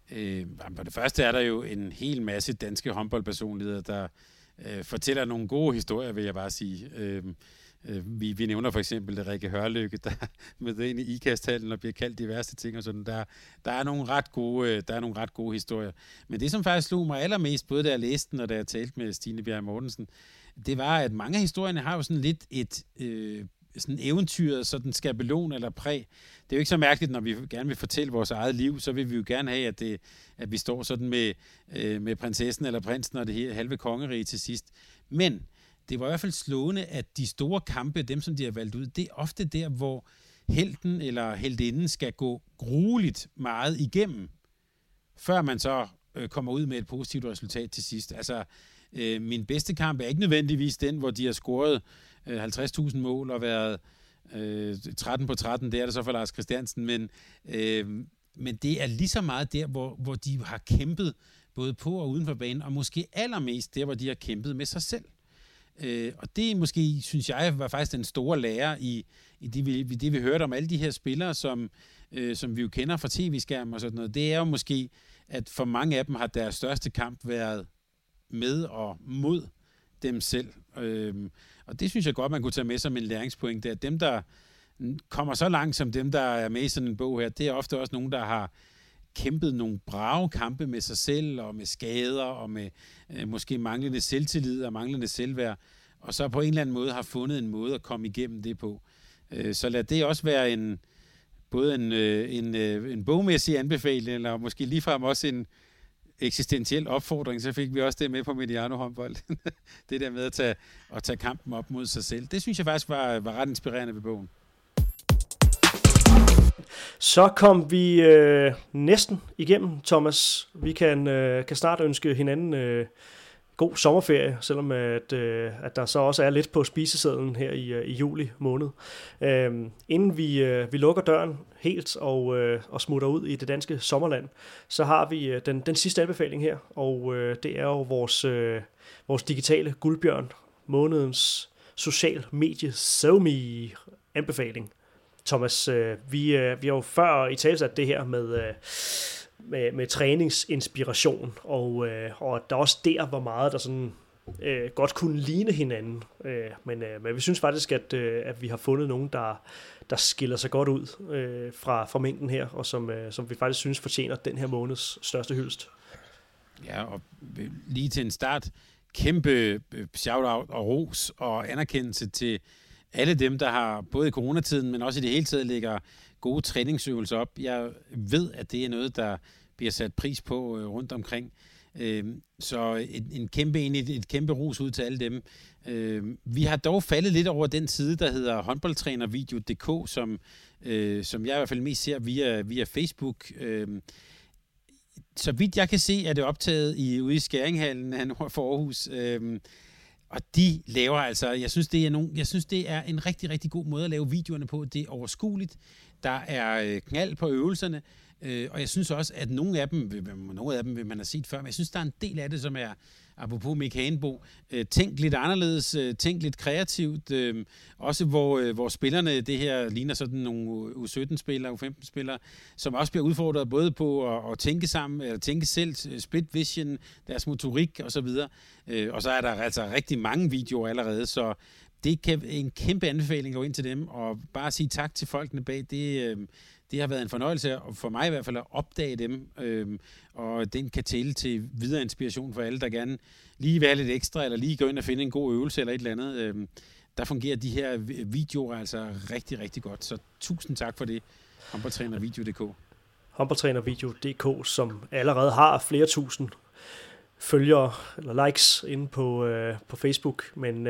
På det første er der jo en hel masse danske håndboldpersonligheder, der fortæller nogle gode historier, vil jeg bare sige. Vi nævner for eksempel Rikke Hørlykke, der med ind i IKAST-hallen og bliver kaldt diverse ting og sådan. Der er nogle ret gode historier. Men det, som faktisk slog mig allermest, både da jeg læste den og da jeg talte med Stine Bjerg Mortensen, det var, at mange af historierne har jo sådan lidt et sådan eventyret, sådan skabelon eller præg. Det er jo ikke så mærkeligt, når vi gerne vil fortælle vores eget liv, så vil vi jo gerne have, at vi står sådan med prinsessen eller prinsen og det her halve kongerige til sidst. Men det var i hvert fald slående, at de store kampe, dem som de har valgt ud, det er ofte der, hvor helten eller heltinden skal gå grueligt meget igennem, før man så kommer ud med et positivt resultat til sidst. Altså, min bedste kamp er ikke nødvendigvis den, hvor de har scoret 50.000 mål og været 13 på 13, det er det så for Lars Christiansen, men det er lige så meget der, hvor de har kæmpet både på og uden for banen, og måske allermest der, hvor de har kæmpet med sig selv. Og det måske, synes jeg, var faktisk den store lærer i det, vi hørte om alle de her spillere, som vi jo kender fra tv-skærmen og sådan noget. Det er jo måske, at for mange af dem har deres største kamp været med og mod dem selv. Og det synes jeg godt, man kunne tage med som en læringspoint. Det er, at dem, der kommer så langt som dem, der er med i sådan en bog her, det er ofte også nogen, der har kæmpet nogle brave kampe med sig selv, og med skader, og med måske manglende selvtillid og manglende selvværd, og så på en eller anden måde har fundet en måde at komme igennem det på. Så lad det også være både en bogmæssig anbefaling, eller måske ligefrem også en eksistentiel opfordring, så fik vi også det med på Mediano håndbold. Det der med at tage kampen op mod sig selv. Det synes jeg faktisk var ret inspirerende ved bogen. Så kom vi næsten igennem, Thomas. Vi kan snart ønske hinanden god sommerferie, selvom at der så også er lidt på spisesedlen her i juli måned. Inden vi lukker døren helt og smutter ud i det danske sommerland, så har vi den sidste anbefaling her, og det er jo vores digitale guldbjørn, månedens social medie SoMe anbefaling. Thomas, vi har jo før i talesat det her med træningsinspiration, og der også der var meget, der sådan godt kunne ligne hinanden. Men vi synes faktisk, at vi har fundet nogen, der skiller sig godt ud fra mængden her, og som vi faktisk synes fortjener den her måneds største hyldest. Ja, og lige til en start, kæmpe shout-out og ros og anerkendelse til alle dem, der har både i coronatiden, men også i det hele taget lægger gode træningsøvelser op. Jeg ved, at det er noget, der bliver sat pris på rundt omkring. Så et kæmpe ros ud til alle dem. Vi har dog faldet lidt over den side, der hedder håndboldtrænervideo.dk, som jeg i hvert fald mest ser via Facebook. Så vidt jeg kan se, er det optaget ude i Skæringhallen nord for Aarhus. Og de laver altså, jeg synes, det er en rigtig, rigtig god måde at lave videoerne på. Det er overskueligt. Der er knald på øvelserne. Og jeg synes også, at nogle af dem vil man have set før, men jeg synes, der er en del af det, som er, apropos Mick Hagenbo, tænk lidt anderledes, tænk lidt kreativt, også hvor spillerne, det her ligner sådan nogle U17-spillere, U15-spillere, som også bliver udfordret både på at tænke sammen, eller tænke selv, split vision, deres motorik osv. Og så er der altså rigtig mange videoer allerede, så det er en kæmpe anbefaling at gå ind til dem, og bare sige tak til folkene bag, det har været en fornøjelse, for mig i hvert fald, at opdage dem, og den kan tælle til videre inspiration for alle, der gerne lige vil have lidt ekstra, eller lige gå ind og finde en god øvelse eller et eller andet. Der fungerer de her videoer altså rigtig, rigtig godt, så tusind tak for det, håndboldtrænervideo.dk. Håndboldtrænervideo.dk, som allerede har flere tusind følgere eller likes inde på Facebook, men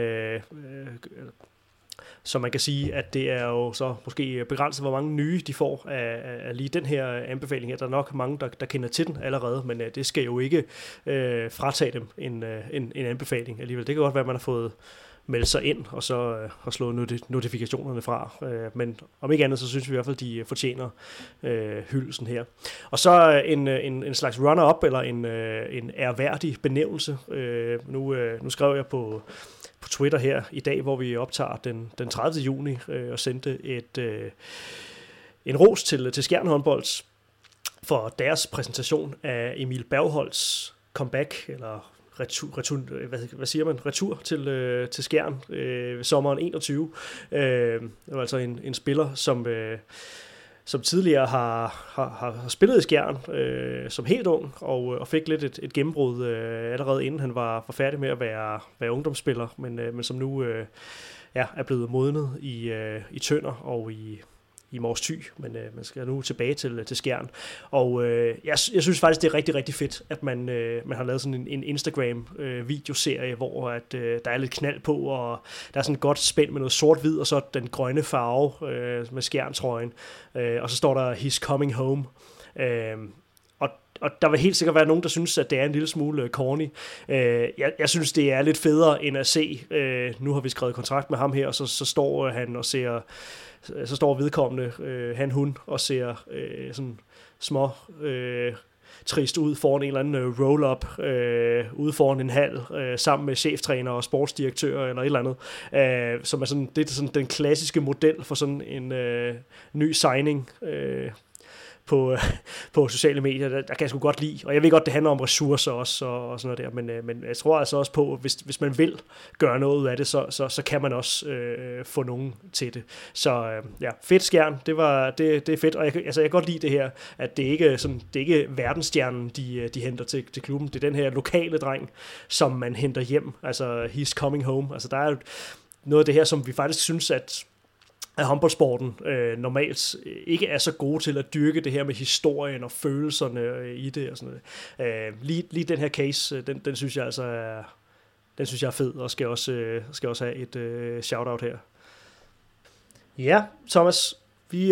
så man kan sige, at det er jo så måske begrænset, hvor mange nye de får af lige den her anbefaling her. Der er nok mange, der kender til den allerede, men det skal jo ikke fratage dem en anbefaling alligevel. Det kan godt være, at man har fået meldt sig ind, og så har slået notifikationerne fra. Men om ikke andet, så synes vi i hvert fald, de fortjener hyldelsen her. Og så en slags runner-up, eller en ærværdig benævnelse. Nu skrev jeg på Twitter her i dag, hvor vi optager den 30. juni, og sendte en ros til Skjern håndbold for deres præsentation af Emil Bergholtz comeback, eller retur til Skjern sommeren 21. Det var altså en spiller, som tidligere har spillet i Skjern som helt ung, og fik lidt et gennembrud allerede inden han var færdig med at være ungdomsspiller, men som nu er blevet modnet i Tønder og i Mors Thy, men man skal nu tilbage til Skjern. Og jeg synes faktisk, det er rigtig, rigtig fedt, at man har lavet sådan en Instagram-videoserie, hvor at, der er lidt knald på, og der er sådan et godt spænd med noget sort-hvid, og så den grønne farve med Skjern-trøjen. Og så står der, "He's coming home". Og der vil helt sikkert være nogen, der synes, at det er en lille smule corny. Jeg synes, det er lidt federe end at se, nu har vi skrevet kontrakt med ham her, og så står han og ser, så står vedkommende, hun, og ser sådan små trist ud foran en eller anden roll-up, ude foran en hal, sammen med cheftræner og sportsdirektør eller et eller andet, som er sådan, det er sådan den klassiske model for sådan en ny signing, på sociale medier, der kan jeg sgu godt lide. Og jeg ved godt, det handler om ressourcer også, og sådan noget der, men jeg tror altså også på, hvis man vil gøre noget ud af det, så kan man også få nogen til det. Så fedt Skjern, det er fedt, og jeg kan godt lide det her, at det ikke er verdensstjernen, de henter til klubben, det er den her lokale dreng, som man henter hjem, altså he's coming home. Altså der er noget af det her, som vi faktisk synes, at håndboldsporten normalt ikke er så gode til at dyrke det her med historien og følelserne i det og sådan noget. Lige den her case, den synes jeg altså er fed, og skal også have et shout-out her. Ja, Thomas, vi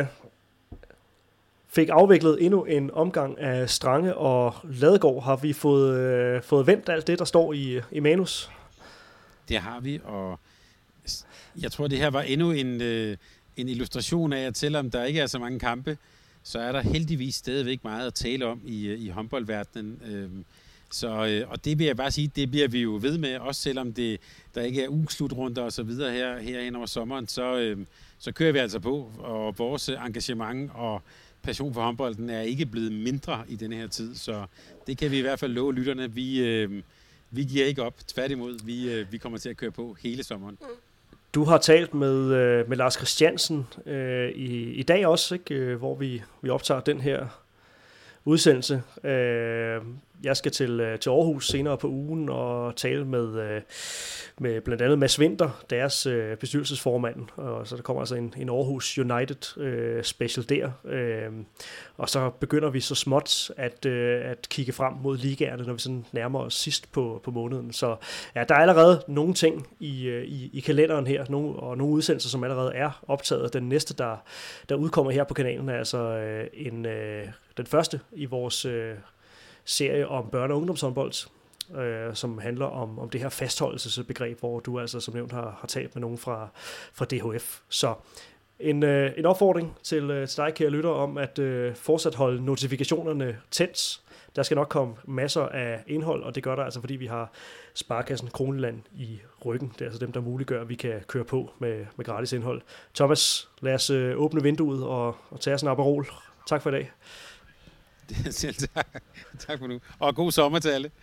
fik afviklet endnu en omgang af Strange og Ladegaard. Har vi fået vendt alt det, der står i manus? Det har vi, og jeg tror, det her var endnu en illustration af, at selvom der ikke er så mange kampe, så er der heldigvis stadigvæk meget at tale om i håndboldverdenen. Og det vil jeg bare sige, det bliver vi jo ved med, også selvom der ikke er ugeslutrunder og så videre her hen over sommeren, så kører vi altså på, og vores engagement og passion for håndbolden er ikke blevet mindre i denne her tid, så det kan vi i hvert fald love lytterne. Vi giver ikke op, tværtimod, vi kommer til at køre på hele sommeren. Du har talt med Lars Christiansen i dag også, ikke? Hvor vi optager den her udsendelse. Jeg skal til Aarhus senere på ugen og tale med blandt andet Mads Winther, deres bestyrelsesformand, og så der kommer altså en Aarhus United special der. Og så begynder vi så småt at kigge frem mod ligaerne, når vi sådan nærmer os sidst på måneden. Så ja, der er allerede nogle ting i kalenderen her, og nogle udsendelser, som allerede er optaget. Den næste, der udkommer her på kanalen, er altså den første i vores serie om børne- og ungdomshåndbold, som handler om det her fastholdelsesbegreb, hvor du altså som nævnt har talt med nogen fra DHF. Så en opfordring til dig, kære lytter, om at fortsat holde notifikationerne tændt. Der skal nok komme masser af indhold, og det gør der altså, fordi vi har Sparekassen Kroneland i ryggen. Det er altså dem, der muliggør, at vi kan køre på med gratis indhold. Thomas, lad os åbne vinduet og tage os en Aperol. Tak for i dag. Selv tak. Tak for nu. Og god sommer til alle.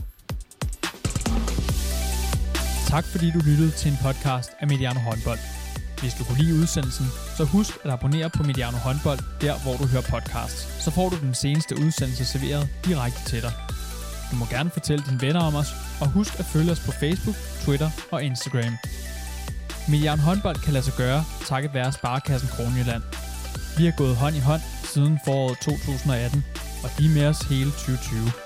Tak fordi du lyttede til en podcast af Mediano Håndbold. Hvis du kunne lide udsendelsen, så husk at abonnere på Mediano Håndbold, der hvor du hører podcasts. Så får du den seneste udsendelse serveret direkte til dig. Du må gerne fortælle dine venner om os, og husk at følge os på Facebook, Twitter og Instagram. Mediano Håndbold kan lade sig gøre, takket være Sparekassen Kronjylland. Vi har gået hånd i hånd siden foråret 2018, og de er med os hele 2020.